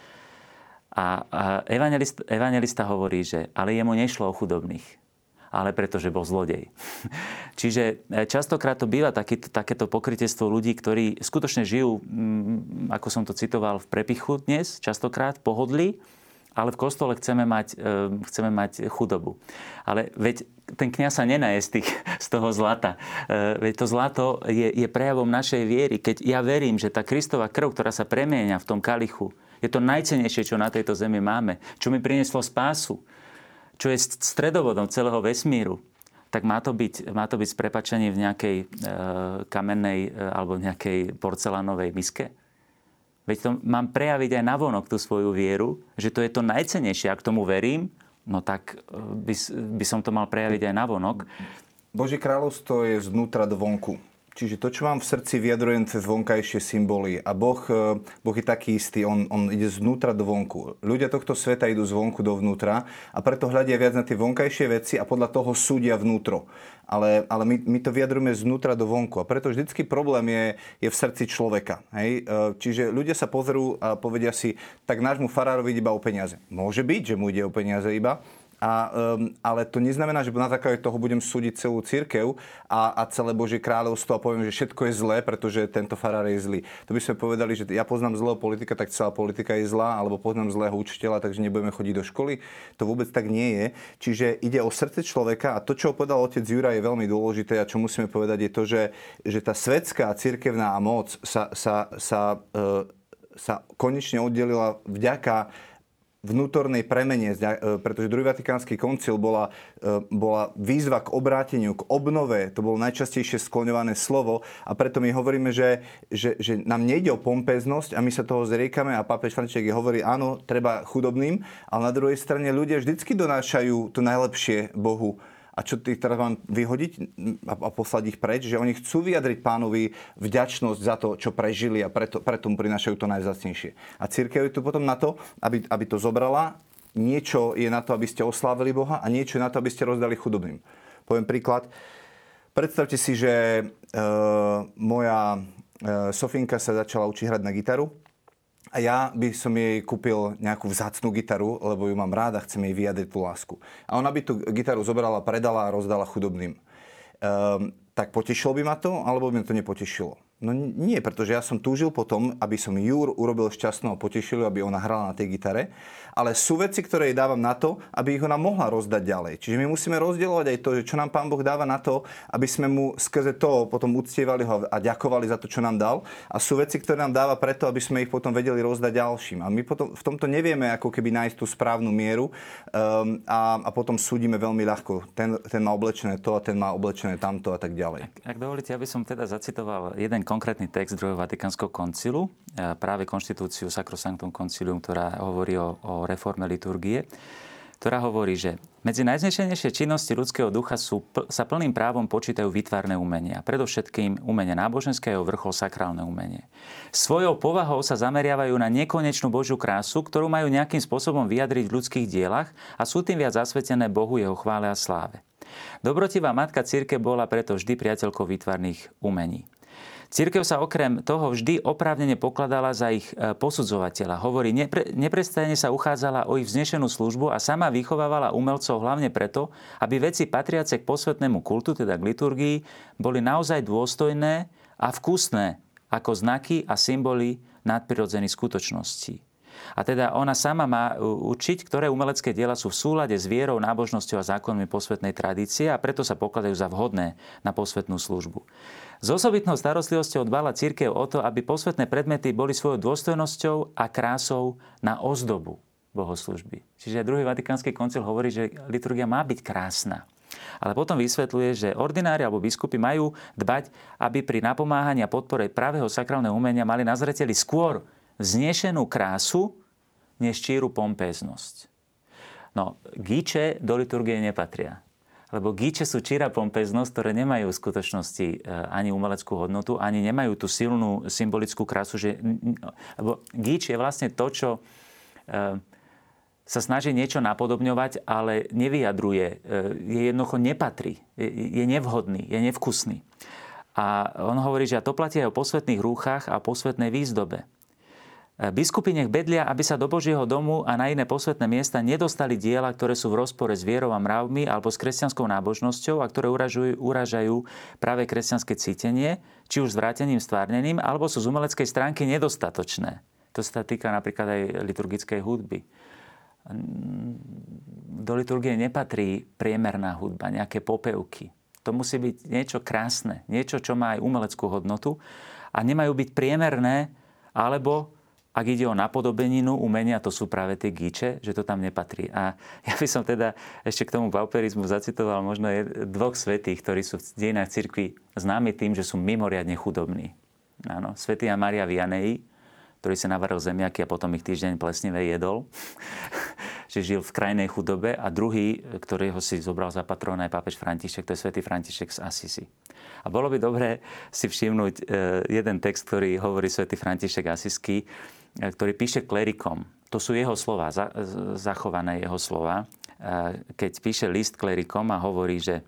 A evanjelista hovorí, že ale jemu nešlo o chudobných, ale pretože bol zlodej. Čiže častokrát to býva takéto pokrytectvo ľudí, ktorí skutočne žijú, ako som to citoval, v prepichu dnes, častokrát pohodlí, ale v kostole chceme mať chudobu. Ale veď ten kňaz sa nenaje z toho zlata. Veď to zlato je prejavom našej viery. Keď ja verím, že tá Kristova krv, ktorá sa premieňa v tom kalichu, je to najcennejšie, čo na tejto zemi máme, čo mi prinieslo spásu, čo je stredovodom celého vesmíru, tak má to byť s prepáčením v nejakej kamennej alebo nejakej porcelánovej miske. Veď to mám prejaviť aj navonok tú svoju vieru, že to je to najcennejšie. Ak tomu verím, no tak by som to mal prejaviť aj navonok. Božie kráľovstvo je zvnútra do vonku. Čiže to, čo mám v srdci, vyjadrujem cez vonkajšie symboly. A Boh je taký istý, on ide zvnútra do vonku. Ľudia tohto sveta idú zvonku dovnútra a preto hľadia viac na tie vonkajšie veci a podľa toho súdia vnútro. Ale my to vyjadrujeme znútra do vonku. A preto vždycky problém je v srdci človeka. Hej? Čiže ľudia sa pozerú a povedia si, tak nášmu farárovi ide iba o peniaze. Môže byť, že mu ide o peniaze iba, ale to neznamená, že na základe toho budem súdiť celú cirkev a celé Božie kráľovstvo a poviem, že všetko je zlé, pretože tento farár je zlý. To by sme povedali, že ja poznám zlého politika, tak celá politika je zlá, alebo poznám zlého učiteľa, takže nebudeme chodiť do školy. To vôbec tak nie je. Čiže ide o srdce človeka a to, čo povedal otec Juraj, je veľmi dôležité a čo musíme povedať, je to, že tá svetská cirkevná moc sa konečne oddelila vďaka vnútornej premene, pretože druhý vatikánsky koncil bola výzva k obráteniu, k obnove. To bolo najčastejšie skloňované slovo a preto my hovoríme, že nám nejde o pompeznosť a my sa toho zriekame a pápež František hovorí, áno, treba chudobným, ale na druhej strane ľudia vždycky donášajú to najlepšie Bohu. A čo tých teraz mám vyhodiť a poslať ich preč? Že oni chcú vyjadriť Pánovi vďačnosť za to, čo prežili a preto mu prinášajú to najvzácnejšie. A cirkev je tu potom na to, aby to zobrala. Niečo je na to, aby ste oslávili Boha a niečo je na to, aby ste rozdali chudobným. Poviem príklad. Predstavte si, že moja Sofinka sa začala učiť hrať na gitaru a ja by som jej kúpil nejakú vzácnu gitaru, lebo ju mám rád a chcem jej vyjadriť tú lásku. A ona by tú gitaru zobrala, predala a rozdala chudobným. Tak potešilo by ma to, alebo by ma to nepotešilo? No nie, pretože ja som túžil potom, aby som ju urobil šťastnou a potešil, aby ona hrala na tej gitare. Ale sú veci, ktoré jej dávam na to, aby ich ona mohla rozdať ďalej. Čiže my musíme rozdielovať aj to, že čo nám Pán Boh dáva na to, aby sme mu skrze to potom uctievali ho a ďakovali za to, čo nám dal. A sú veci, ktoré nám dáva preto, aby sme ich potom vedeli rozdať ďalším. A my potom v tomto nevieme ako keby nájsť tú správnu mieru a potom súdime veľmi ľahko. Ten má oblečené to a ten má oblečené tamto a tak ďalej. Ak dovolíte, aby som teda zacitoval jeden konkrétny text druhého Vatikánskeho koncilu, práve konštitúciu Sacrosanctum Concilium, ktorá hovorí o reforme liturgie, ktorá hovorí, že medzi najvznešenejšie činnosti ľudského ducha sa plným právom počítajú výtvarné umenia. Predovšetkým umenie náboženské a vrchol sakrálne umenie. Svojou povahou sa zameriavajú na nekonečnú Božiu krásu, ktorú majú nejakým spôsobom vyjadriť v ľudských dielach a sú tým viac zasvetené Bohu, jeho chvále a sláve. Dobrotivá matka cirkev bola preto vždy priateľkou výtvarných umení. Cirkev sa okrem toho vždy oprávnene pokladala za ich posudzovateľa. Hovorí, neprestajne sa uchádzala o ich vznešenú službu a sama vychovávala umelcov hlavne preto, aby veci patriace k posvätnému kultu, teda k liturgii, boli naozaj dôstojné a vkusné ako znaky a symboly nadprirodzených skutočností. A teda ona sama má učiť, ktoré umelecké diela sú v súlade s vierou, nábožnosťou a zákonmi posvätnej tradície a preto sa pokladajú za vhodné na posvätnú službu. S osobitnou starostlivosťou dbala cirkev o to, aby posvätné predmety boli svojou dôstojnosťou a krásou na ozdobu bohoslúžby. Čiže druhý Vatikánsky koncil hovorí, že liturgia má byť krásna. Ale potom vysvetľuje, že ordinári alebo biskupy majú dbať, aby pri napomáhaní a podpore pravého sakrálneho umenia mali na zreteli skôr vznešenú krásu, než číru pompéznosť. No, gíče do liturgie nepatria. Lebo gíče sú číra pompéznosť, ktoré nemajú v skutočnosti ani umeleckú hodnotu, ani nemajú tú silnú symbolickú krásu. Lebo gíč je vlastne to, čo sa snaží niečo napodobňovať, ale nevyjadruje. Je jednoducho nepatrí. Je nevhodný, je nevkusný. A on hovorí, že to platí aj o posvätných rúchach a posvätnej výzdobe. Biskupy nech bedlia, aby sa do Božieho domu a na iné posvätné miesta nedostali diela, ktoré sú v rozpore s vierou a mravmi alebo s kresťanskou nábožnosťou a ktoré urážajú práve kresťanské cítenie, či už zvrátením, stvárnením, alebo sú z umeleckej stránky nedostatočné. To sa týka napríklad aj liturgickej hudby. Do liturgie nepatrí priemerná hudba, nejaké popevky. To musí byť niečo krásne, niečo, čo má aj umeleckú hodnotu a nemajú byť priemerné, alebo ak ide o napodobeninu umenia, to sú práve tie gíče, že to tam nepatrí. A ja by som teda ešte k tomu pauperizmu zacitoval možno dvoch svätých, ktorí sú v dejinách cirkvi známi tým, že sú mimoriadne chudobní. Áno, svätý Ján Mária Vianney, ktorý sa navaril zemiaky a potom ich týždeň plesnivé jedol, že žil v krajnej chudobe, a druhý, ktorého si zobral za patróna, je pápež František, to je svätý František z Asisi. A bolo by dobré si všimnúť jeden text, ktorý hovorí svätý František Asisky, ktorý píše klerikom. To sú jeho slova, zachované jeho slova. Keď píše list klerikom a hovorí, že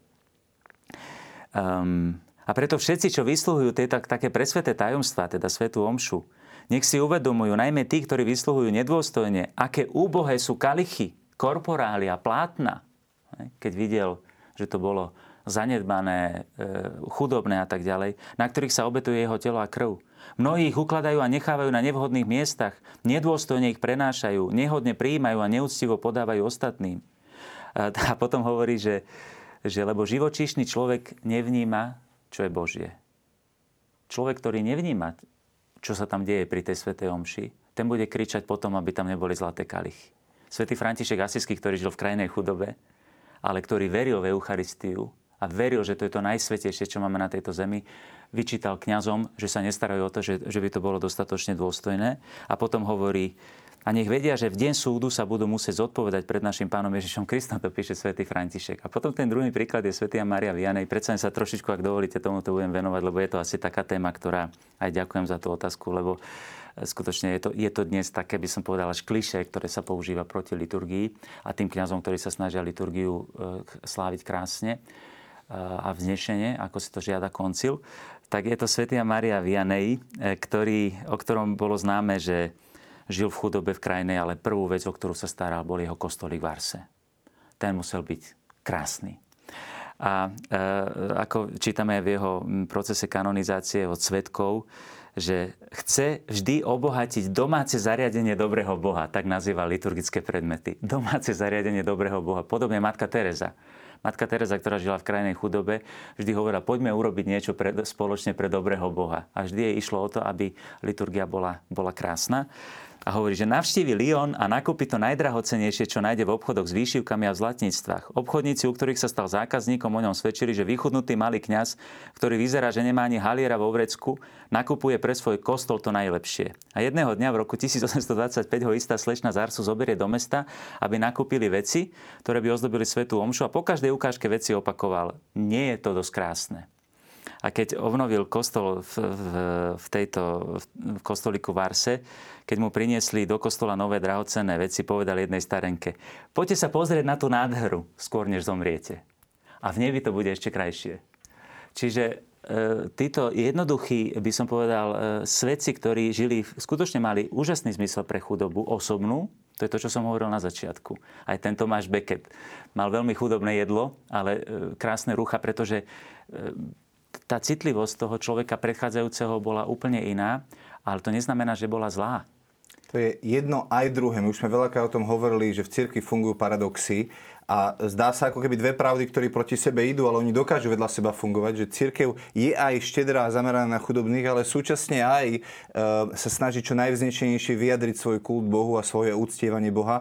a preto všetci, čo vysluhujú také presväté tajomstvá, teda svätú omšu, nech si uvedomujú, najmä tí, ktorí vysluhujú nedôstojne, aké úbohé sú kalichy, korporália, plátna. Keď videl, že to bolo zanedbané, chudobné a tak ďalej, na ktorých sa obetuje jeho telo a krv. Mnohí ich ukladajú a nechávajú na nevhodných miestach, nedôstojne ich prenášajú, nehodne prijímajú a neúctivo podávajú ostatným. A potom hovorí, že lebo živočíšny človek nevníma, čo je Božie. Človek, ktorý nevníma, čo sa tam deje pri tej svätej omši, ten bude kričať potom, aby tam neboli zlaté kalichy. Svätý František Asisky, ktorý žil v krajnej chudobe, ale ktorý veril v Eucharistiu a veril, že to je to najsvätejšie, čo máme na tejto zemi, vyčítal kňazom, že sa nestarajú o to, že by to bolo dostatočne dôstojné. A potom hovorí, a nech vedia, že v deň súdu sa budú musieť zodpovedať pred našim Pánom Ježišom Kristom, to píše svätý František. A potom ten druhý príklad je svätý Ján Mária Vianney. Predsa sa trošičku, ak dovolíte, tomuto budem venovať, lebo je to asi taká téma, ktorá, aj ďakujem za tú otázku, lebo skutočne je to dnes také, by som povedal, až klišé, ktoré sa používa proti liturgii a tým kňazom, ktorí sa snažia liturgiu sláviť krásne. a vznešenie, ako si to žiada koncil, tak je to svätý Mária Vianney, o ktorom bolo známe, že žil v chudobe v krajine, ale prvú vec, o ktorú sa staral, bol jeho kostolík v Arse. Ten musel byť krásny. A ako čítame aj v jeho procese kanonizácie od svedkov, že chce vždy obohatiť domáce zariadenie dobrého Boha, tak nazýva liturgické predmety. Domáce zariadenie dobrého Boha. Podobne Matka Teresa. Matka Teresa, ktorá žila v krajnej chudobe, vždy hovorila, poďme urobiť niečo spoločne pre dobrého Boha. A vždy jej išlo o to, aby liturgia bola krásna. A hovorí, že navštívi Lyon a nakúpi to najdrahocenejšie, čo nájde v obchodoch s výšivkami a v zlatníctvách. Obchodníci, u ktorých sa stal zákazníkom, o ňom svedčili, že vychudnutý malý kňaz, ktorý vyzerá, že nemá ani haliera vo vrecku, nakupuje pre svoj kostol to najlepšie. A jedného dňa v roku 1825 ho istá slečna z Arsu zoberie do mesta, aby nakúpili veci, ktoré by ozdobili svätú omšu, a po každej ukážke veci opakoval: nie je to dosť krásne. A keď obnovil kostol v kostolíku v Arse, keď mu priniesli do kostola nové drahocenné veci, povedal jednej starenke: poďte sa pozrieť na tú nádheru, skôr než zomriete. A v nebi to bude ešte krajšie. Čiže títo jednoduchí, by som povedal, svetci, ktorí žili, skutočne mali úžasný zmysel pre chudobu osobnú. To je to, čo som hovoril na začiatku. Aj ten Tomáš Becket mal veľmi chudobné jedlo, ale krásne rúcha, pretože tá citlivosť toho človeka predchádzajúceho bola úplne iná, ale to neznamená, že bola zlá. To je jedno aj druhé. My už sme veľakrát o tom hovorili, že v cirkvi fungujú paradoxy a zdá sa ako keby dve pravdy, ktoré proti sebe idú, ale oni dokážu vedľa seba fungovať, že cirkev je aj štedrá a zameraná na chudobných, ale súčasne aj sa snaží čo najvznešenejšie vyjadriť svoj kult Bohu a svoje uctievanie Boha.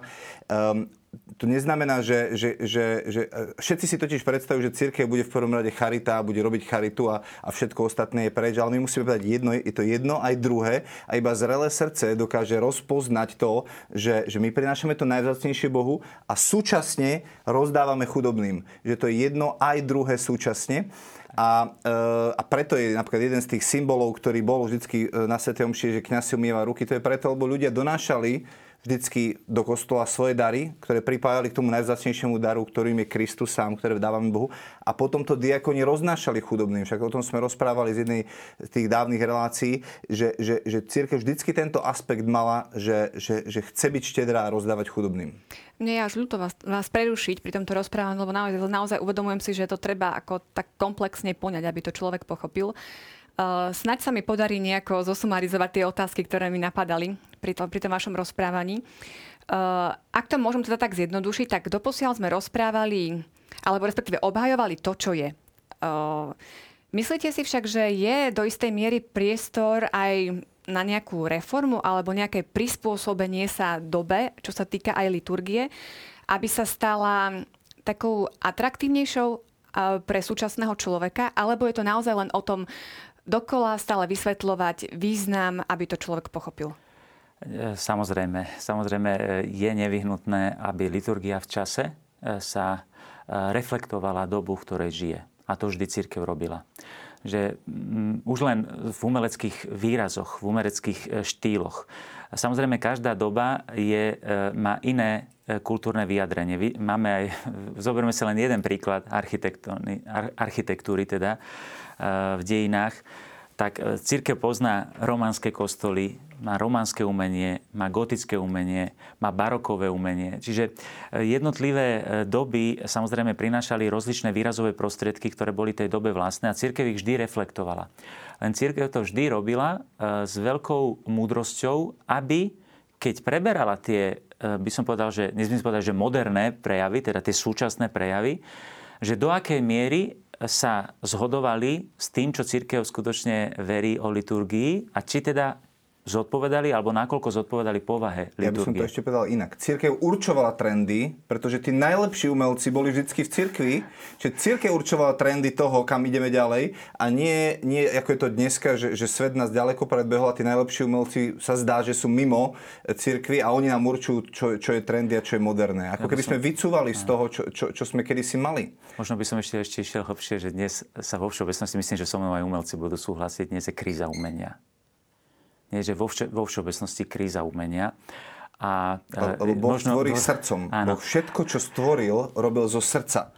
To neznamená, že všetci si totiž predstavujú, že cirkev bude v prvom rade charita, bude robiť charitu a všetko ostatné je preč, ale my musíme povedať jedno, je to jedno aj druhé a iba zrelé srdce dokáže rozpoznať to, že my prinášame to najvzácnejšie Bohu a súčasne rozdávame chudobným. Že to je jedno aj druhé súčasne. A preto je napríklad jeden z tých symbolov, ktorý bol vždycky na svätej omši, že kňaz si umýva ruky, to je preto, lebo ľudia donášali vždycky do kostola svoje dary, ktoré pripájali k tomu najvzácnejšiemu daru, ktorým je Kristus sám, ktoré dávame Bohu. A potom to diakoni roznášali chudobným. Však o tom sme rozprávali z jednej z tých dávnych relácií, že cirkev vždycky tento aspekt mala, že chce byť štedrá a rozdávať chudobným. Mne je až ľúto vás prerušiť pri tomto rozprávaní, lebo naozaj uvedomujem si, že to treba ako tak komplexne poňať, aby to človek pochopil. Snaď sa mi podarí nejako zosumarizovať tie otázky, ktoré mi napadali pri tom vašom rozprávaní. Ak to môžem teda tak zjednodušiť, tak doposiaľ sme rozprávali, alebo respektíve obhajovali to, čo je. Myslíte si však, že je do istej miery priestor aj na nejakú reformu alebo nejaké prispôsobenie sa dobe, čo sa týka aj liturgie, aby sa stala takou atraktívnejšou pre súčasného človeka, alebo je to naozaj len o tom dokola stále vysvetľovať význam, aby to človek pochopil? Samozrejme je nevyhnutné, aby liturgia v čase sa reflektovala dobu, v ktorej žije. A to vždy cirkev robila. Že už len v umeleckých výrazoch, v umeleckých štýloch. Samozrejme, každá doba má iné kultúrne vyjadrenie. Zoberme si len jeden príklad architektúry teda v dejinách. Tak cirkev pozná románske kostoly, má románske umenie, má gotické umenie, má barokové umenie. Čiže jednotlivé doby samozrejme prinášali rozličné výrazové prostriedky, ktoré boli tej dobe vlastné a cirkev ich vždy reflektovala. Len cirkev to vždy robila s veľkou múdrosťou, aby keď preberala tie, nesmiem povedať, že moderné prejavy, teda tie súčasné prejavy, že do akej miery sa zhodovali s tým, čo cirkev skutočne verí o liturgii a či teda zodpovedali, alebo nakoľko zodpovedali povahe liturgie. Ja by som to ešte povedal inak. Cirkev určovala trendy, pretože tí najlepší umelci boli vždycky v cirkvi. Čiže cirkev určovala trendy toho, kam ideme ďalej a nie ako je to dneska, že svet nás ďaleko predbehol a tí najlepší umelci sa zdá, že sú mimo cirkvi a oni nám určujú, čo je trendy a čo je moderné. Ako keby sme vycúvali z toho, čo sme kedysi mali. Možno by som ešte išiel hlbšie, že dnes sa vo všeobecnosti, myslím, že so mnou aj umelci budú súhlasiť, dnes je kríza umenia. Nie, že vo všeobecnosti kríza umenia. Lebo Boh tvorí srdcom. Áno. Boh všetko, čo stvoril, robil zo srdca.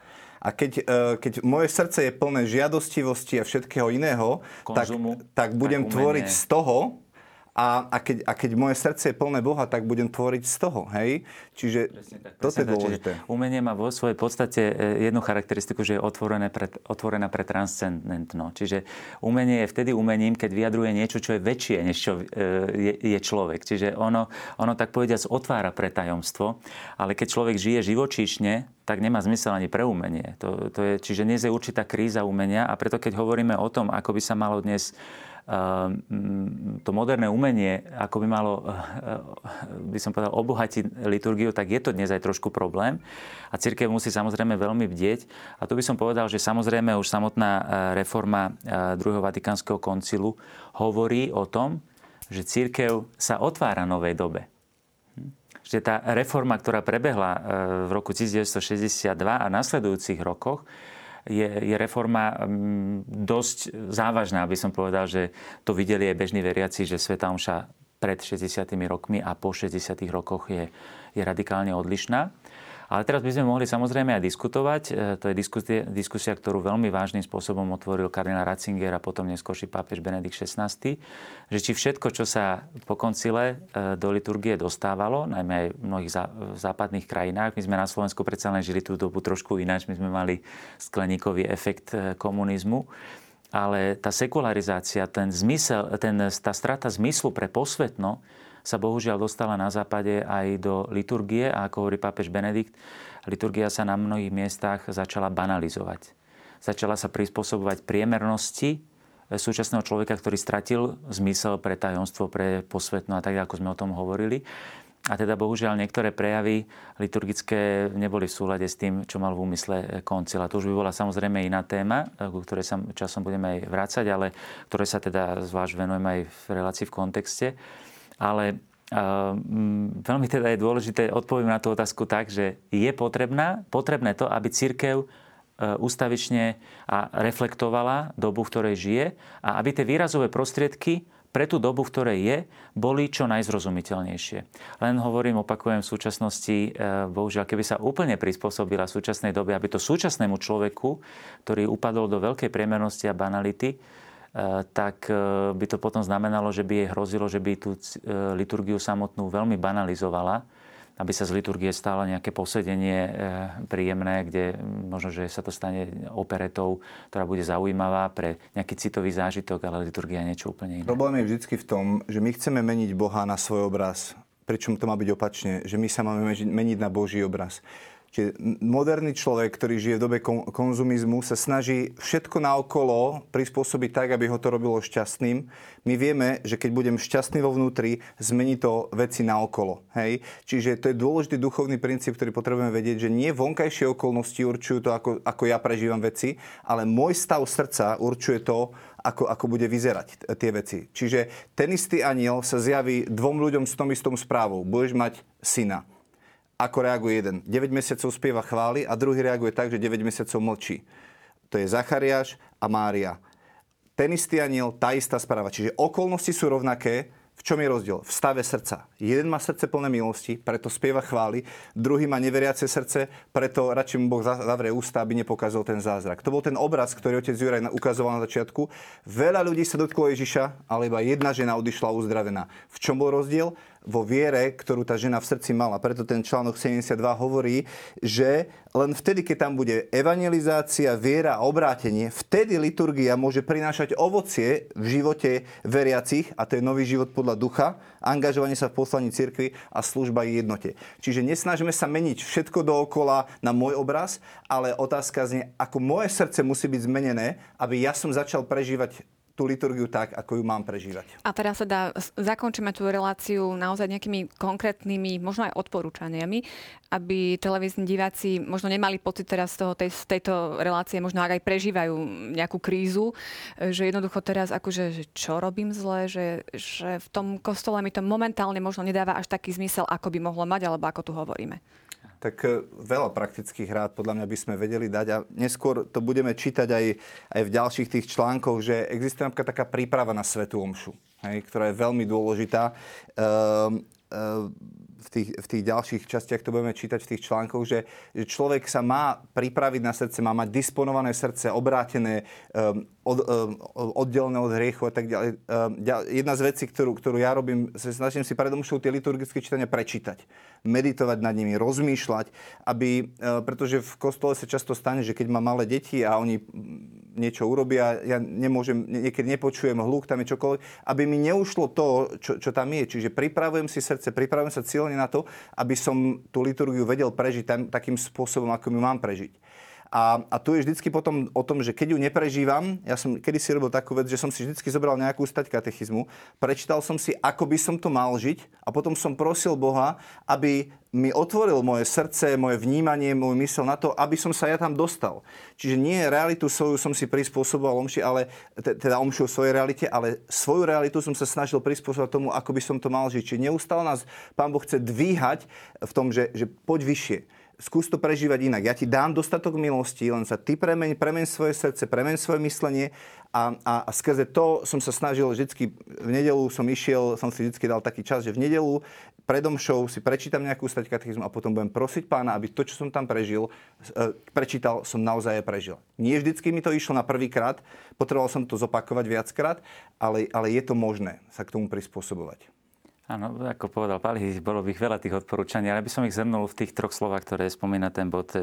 A keď moje srdce je plné žiadostivosti a všetkého iného, tak budem tvoriť z toho. A keď moje srdce je plné Boha, tak budem tvoriť z toho, hej? Čiže toto je dôležité. Umenie má vo svojej podstate jednu charakteristiku, že je otvorená pre transcendentno. Čiže umenie je vtedy umením, keď vyjadruje niečo, čo je väčšie, než čo je človek. Čiže ono tak povediac otvára pre tajomstvo, ale keď človek žije živočíšne, tak nemá zmysel ani pre umenie. Čiže dnes je určitá kríza umenia a preto keď hovoríme o tom, ako by sa malo dnes to moderné umenie, ako by malo, by som povedal, obohatiť liturgiu, tak je to dnes aj trošku problém. A cirkev musí samozrejme veľmi bdieť. A tu by som povedal, že samozrejme už samotná reforma druhého Vatikánskeho koncilu hovorí o tom, že cirkev sa otvára novej dobe. Že tá reforma, ktorá prebehla v roku 1962 a nasledujúcich rokoch, je reforma dosť závažná, aby som povedal, že to videli aj bežní veriaci, že svätá omša pred 60 rokmi a po 60 rokoch je radikálne odlišná. Ale teraz by sme mohli samozrejme aj diskutovať. To je diskusia, ktorú veľmi vážnym spôsobom otvoril kardinál Ratzinger a potom neskôrší pápež Benedikt XVI, že či všetko, čo sa po koncile do liturgie dostávalo, najmä aj v mnohých západných krajinách, my sme na Slovensku predsa len žili tú dobu trošku ináč, my sme mali skleníkový efekt komunizmu, ale tá sekularizácia, tá strata zmyslu pre posvetno sa bohužiaľ dostala na západe aj do liturgie a ako hovorí pápež Benedikt, liturgia sa na mnohých miestach začala banalizovať. Začala sa prispôsobovať priemernosti súčasného človeka, ktorý stratil zmysel pre tajomstvo, pre posvetno a tak, ako sme o tom hovorili. A teda bohužiaľ niektoré prejavy liturgické neboli v súlade s tým, čo mal v úmysle koncil. A to už by bola samozrejme iná téma, ku ktorej sa časom budeme aj vrácať, ale ktoré sa teda zvlášť venujeme aj v relácii v kontexte. Ale veľmi teda je dôležité, odpoviem na tú otázku tak, že je potrebné to, aby cirkev ústavične a reflektovala dobu, v ktorej žije a aby tie výrazové prostriedky pre tú dobu, v ktorej je, boli čo najzrozumiteľnejšie. Len opakujem, v súčasnosti, bohužiaľ, keby sa úplne prispôsobila súčasnej dobe, aby to súčasnému človeku, ktorý upadol do veľkej priemernosti a banality, tak by to potom znamenalo, že by jej hrozilo, že by tú liturgiu samotnú veľmi banalizovala, aby sa z liturgie stalo nejaké posedenie príjemné, kde možno, že sa to stane operetou, ktorá bude zaujímavá pre nejaký citový zážitok, ale liturgia je niečo úplne iné. Problém je vždycky v tom, že my chceme meniť Boha na svoj obraz, pričom to má byť opačne, že my sa máme meniť na Boží obraz. Čiže moderný človek, ktorý žije v dobe konzumizmu, sa snaží všetko naokolo prispôsobiť tak, aby ho to robilo šťastným. My vieme, že keď budem šťastný vo vnútri, zmení to veci naokolo. Hej? Čiže to je dôležitý duchovný princíp, ktorý potrebujeme vedieť, že nie vonkajšie okolnosti určujú to, ako ja prežívam veci, ale môj stav srdca určuje to, ako bude vyzerať tie veci. Čiže ten istý anjel sa zjaví dvom ľuďom s tom istou správou. Budeš mať syna. Ako reaguje jeden? 9 mesiacov spieva chvály a druhý reaguje tak, že 9 mesiacov mlčí. To je Zachariáš a Mária. Ten istý anjel, tá istá správa. Čiže okolnosti sú rovnaké. V čom je rozdiel? V stave srdca. Jeden má srdce plné milosti, preto spieva chvály. Druhý má neveriace srdce, preto radšej mu Boh zavrie ústa, aby nepokázal ten zázrak. To bol ten obraz, ktorý otec Juraj ukazoval na začiatku. Veľa ľudí sa dotklo Ježiša, ale iba jedna žena odišla uzdravená. V čom bol rozdiel? Vo viere, ktorú tá žena v srdci mala. Preto ten článok 72 hovorí, že len vtedy, keď tam bude evangelizácia, viera a obrátenie, vtedy liturgia môže prinášať ovocie v živote veriacich, a to je nový život podľa ducha, angažovanie sa v poslaní cirkvi a služba jednote. Čiže nesnažíme sa meniť všetko dookola na môj obraz, ale otázka znie, ako moje srdce musí byť zmenené, aby ja som začal prežívať tú liturgiu tak, ako ju mám prežívať. A teraz teda zakončíme tú reláciu naozaj nejakými konkrétnymi, možno aj odporúčaniami, aby televízni diváci možno nemali pocit teraz z tejto relácie, možno ak aj prežívajú nejakú krízu, že jednoducho teraz akože, že čo robím zle, že v tom kostole mi to momentálne možno nedáva až taký zmysel, ako by mohlo mať, alebo ako tu hovoríme. Tak veľa praktických rád podľa mňa by sme vedeli dať a neskôr to budeme čítať aj v ďalších tých článkoch, že existuje napríklad taká príprava na svätú omšu, hej, ktorá je veľmi dôležitá. v tých ďalších častiach to budeme čítať v tých článkoch, že človek sa má pripraviť na srdce, má mať disponované srdce, obrátené, oddelené od hriechu a tak ďalej. Jedna z vecí, ktorú ja robím, snažím si predomšľou tie liturgické čítania prečítať, meditovať nad nimi, rozmýšľať, pretože v kostole sa často stane, že keď mám malé deti a oni niečo urobia, ja niekedy nepočujem hluk, tam je čokoľvek, aby mi neušlo to, čo tam je. Čiže pripravujem si srdce, pripravujem sa cieľne na to, aby som tú liturgiu vedel prežiť takým spôsobom, ako ju mám prežiť. A tu je vždycky potom o tom, že keď ju neprežívam, ja som kedysi robil takú vec, že som si vždycky zobral nejakú stať katechizmu, prečítal som si, ako by som to mal žiť a potom som prosil Boha, aby mi otvoril moje srdce, moje vnímanie, môj mysel na to, aby som sa ja tam dostal. Čiže nie realitu svoju som si prispôsoboval omši, ale teda omšu v svojej realite, ale svoju realitu som sa snažil prispôsobovať tomu, ako by som to mal žiť. Čiže neustále nás Pán Boh chce dvíhať v tom, že poď vyššie. Skús to prežívať inak. Ja ti dám dostatok milosti, len sa ty premeň svoje srdce, premeň svoje myslenie a skrze to som sa snažil vždycky, v nedeľu som si vždycky dal taký čas, že v nedeľu pred omšou si prečítam nejakú stať katechizmu a potom budem prosiť Pána, aby to, čo som tam prečítal, som naozaj aj prežil. Nie vždycky mi to išlo na prvýkrát, potreboval som to zopakovať viackrát, ale je to možné sa k tomu prispôsobovať. Áno, ako povedal Pali, bolo by veľa tých odporúčaní, ale by som ich zhrnul v tých 3 slovách, ktoré spomína ten bod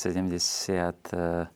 1070,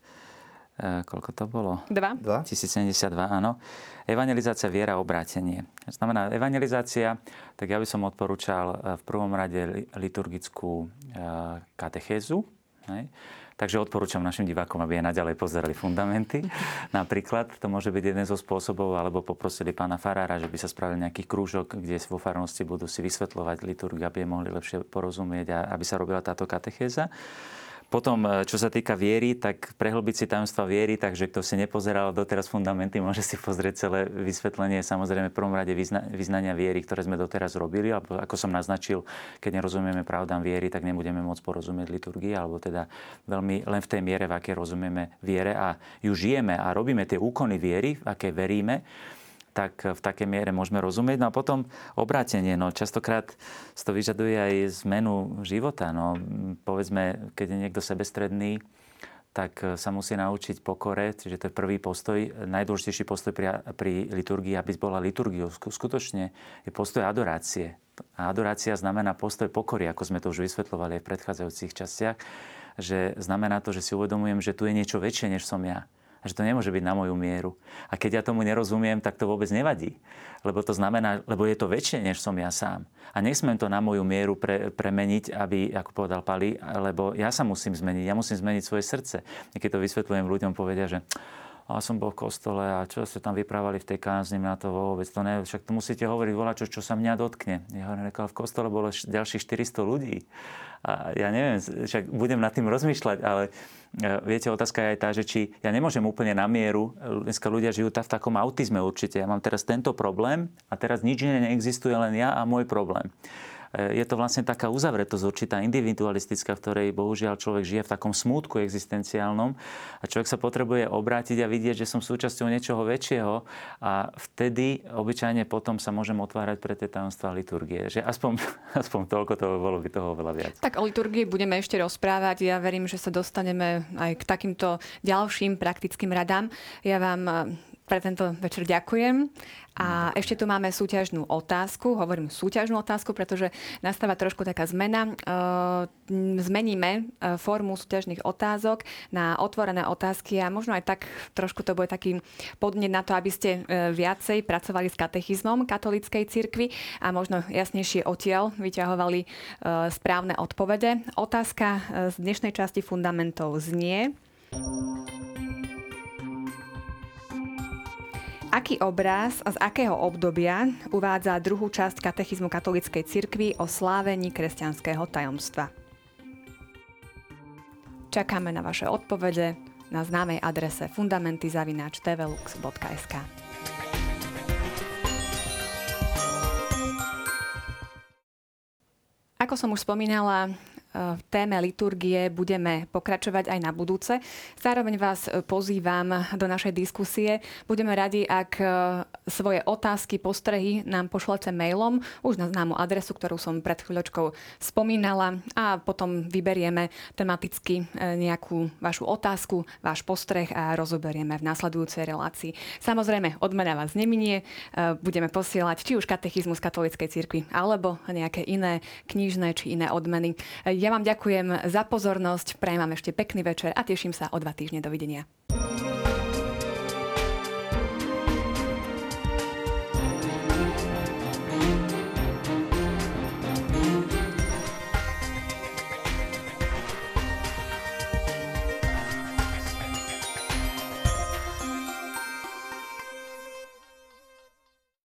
koľko to bolo? 2. 1072, áno. Evangelizácia, viera, obrátenie. Znamená, evangelizácia, tak ja by som odporúčal v prvom rade liturgickú katechézu. Hej. Takže odporúčam našim divákom, aby aj naďalej pozerali Fundamenty. Napríklad, to môže byť jeden zo spôsobov, alebo poprosili pána farára, že by sa spravil nejaký krúžok, kde vo farnosti budú si vysvetľovať liturgiu, aby je mohli lepšie porozumieť a aby sa robila táto katechéza. Potom, čo sa týka viery, tak prehlbiť si tajomstva viery, takže kto si nepozeral doteraz Fundamenty, môže si pozrieť celé vysvetlenie, samozrejme v prvom rade vyznania viery, ktoré sme doteraz robili, alebo ako som naznačil, keď nerozumieme pravdám viery, tak nebudeme môcť porozumieť liturgii, alebo teda veľmi len v tej miere, v akej rozumieme viere a ju žijeme a robíme tie úkony viery, v aké veríme, tak v takej miere môžeme rozumieť. No a potom obrátenie. No častokrát to vyžaduje aj zmenu života. No povedzme, keď je niekto sebestredný, tak sa musí naučiť pokore, čiže to je prvý postoj. Najdôležitejší postoj pri liturgii, aby bola liturgiou, skutočne je postoj adorácie. A adorácia znamená postoj pokory, ako sme to už vysvetľovali aj v predchádzajúcich častiach, že znamená to, že si uvedomujem, že tu je niečo väčšie, než som ja. A že to nemôže byť na moju mieru. A keď ja tomu nerozumiem, tak to vôbec nevadí. Lebo to znamená, lebo je to väčšie, než som ja sám. A nesmiem to na moju mieru premeniť, aby, ako povedal Pali, lebo ja sa musím zmeniť. Ja musím zmeniť svoje srdce. Keď to vysvetľujem ľuďom, povedia, že a som bol v kostole a čo ste tam vyprávali v tej kázni, na to vôbec to ne, však to musíte hovoriť voľačo, čo sa mňa dotkne. Ja hovorím, v kostole bolo ďalších 400 ľudí. A ja neviem, však budem nad tým rozmýšľať, ale viete, otázka je aj tá, že či ja nemôžem úplne na mieru, dneska ľudia žijú v takom autizme určite. Ja mám teraz tento problém a teraz nič iné neexistuje, len ja a môj problém. Je to vlastne taká uzavretosť určitá individualistická, v ktorej bohužiaľ človek žije v takom smútku existenciálnom a človek sa potrebuje obrátiť a vidieť, že som súčasťou niečoho väčšieho a vtedy obyčajne potom sa môžem otvárať pre tie tajomstvá liturgie. Že aspoň toľko toho bolo by toho veľa viac. Tak o liturgii budeme ešte rozprávať. Ja verím, že sa dostaneme aj k takýmto ďalším praktickým radám. Ja vám pre tento večer ďakujem. A ešte tu máme súťažnú otázku. Hovorím súťažnú otázku, pretože nastáva trošku taká zmena. Zmeníme formu súťažných otázok na otvorené otázky a možno aj tak trošku to bude taký podnet na to, aby ste viacej pracovali s katechizmom katolíckej cirkvi a možno jasnejšie odtiaľ vyťahovali správne odpovede. Otázka z dnešnej časti Fundamentov znie: aký obraz a z akého obdobia uvádza druhú časť katechizmu katolíckej cirkvi o slávení kresťanského tajomstva? Čakáme na vaše odpovede na známej adrese fundamenty@tvlux.sk. Ako som už spomínala, v téme liturgie budeme pokračovať aj na budúce. Zároveň vás pozývam do našej diskusie. Budeme radi, ak svoje otázky, postrehy nám pošlete mailom už na známu adresu, ktorú som pred chvíľočkou spomínala, a potom vyberieme tematicky nejakú vašu otázku, váš postreh a rozoberieme v nasledujúcej relácii. Samozrejme, odmena vás neminie. Budeme posielať či už katechizmus katolíckej cirkvi, alebo nejaké iné knižné či iné odmeny. Ja vám ďakujem za pozornosť, prajem vám ešte pekný večer a teším sa o 2 týždne. Dovidenia.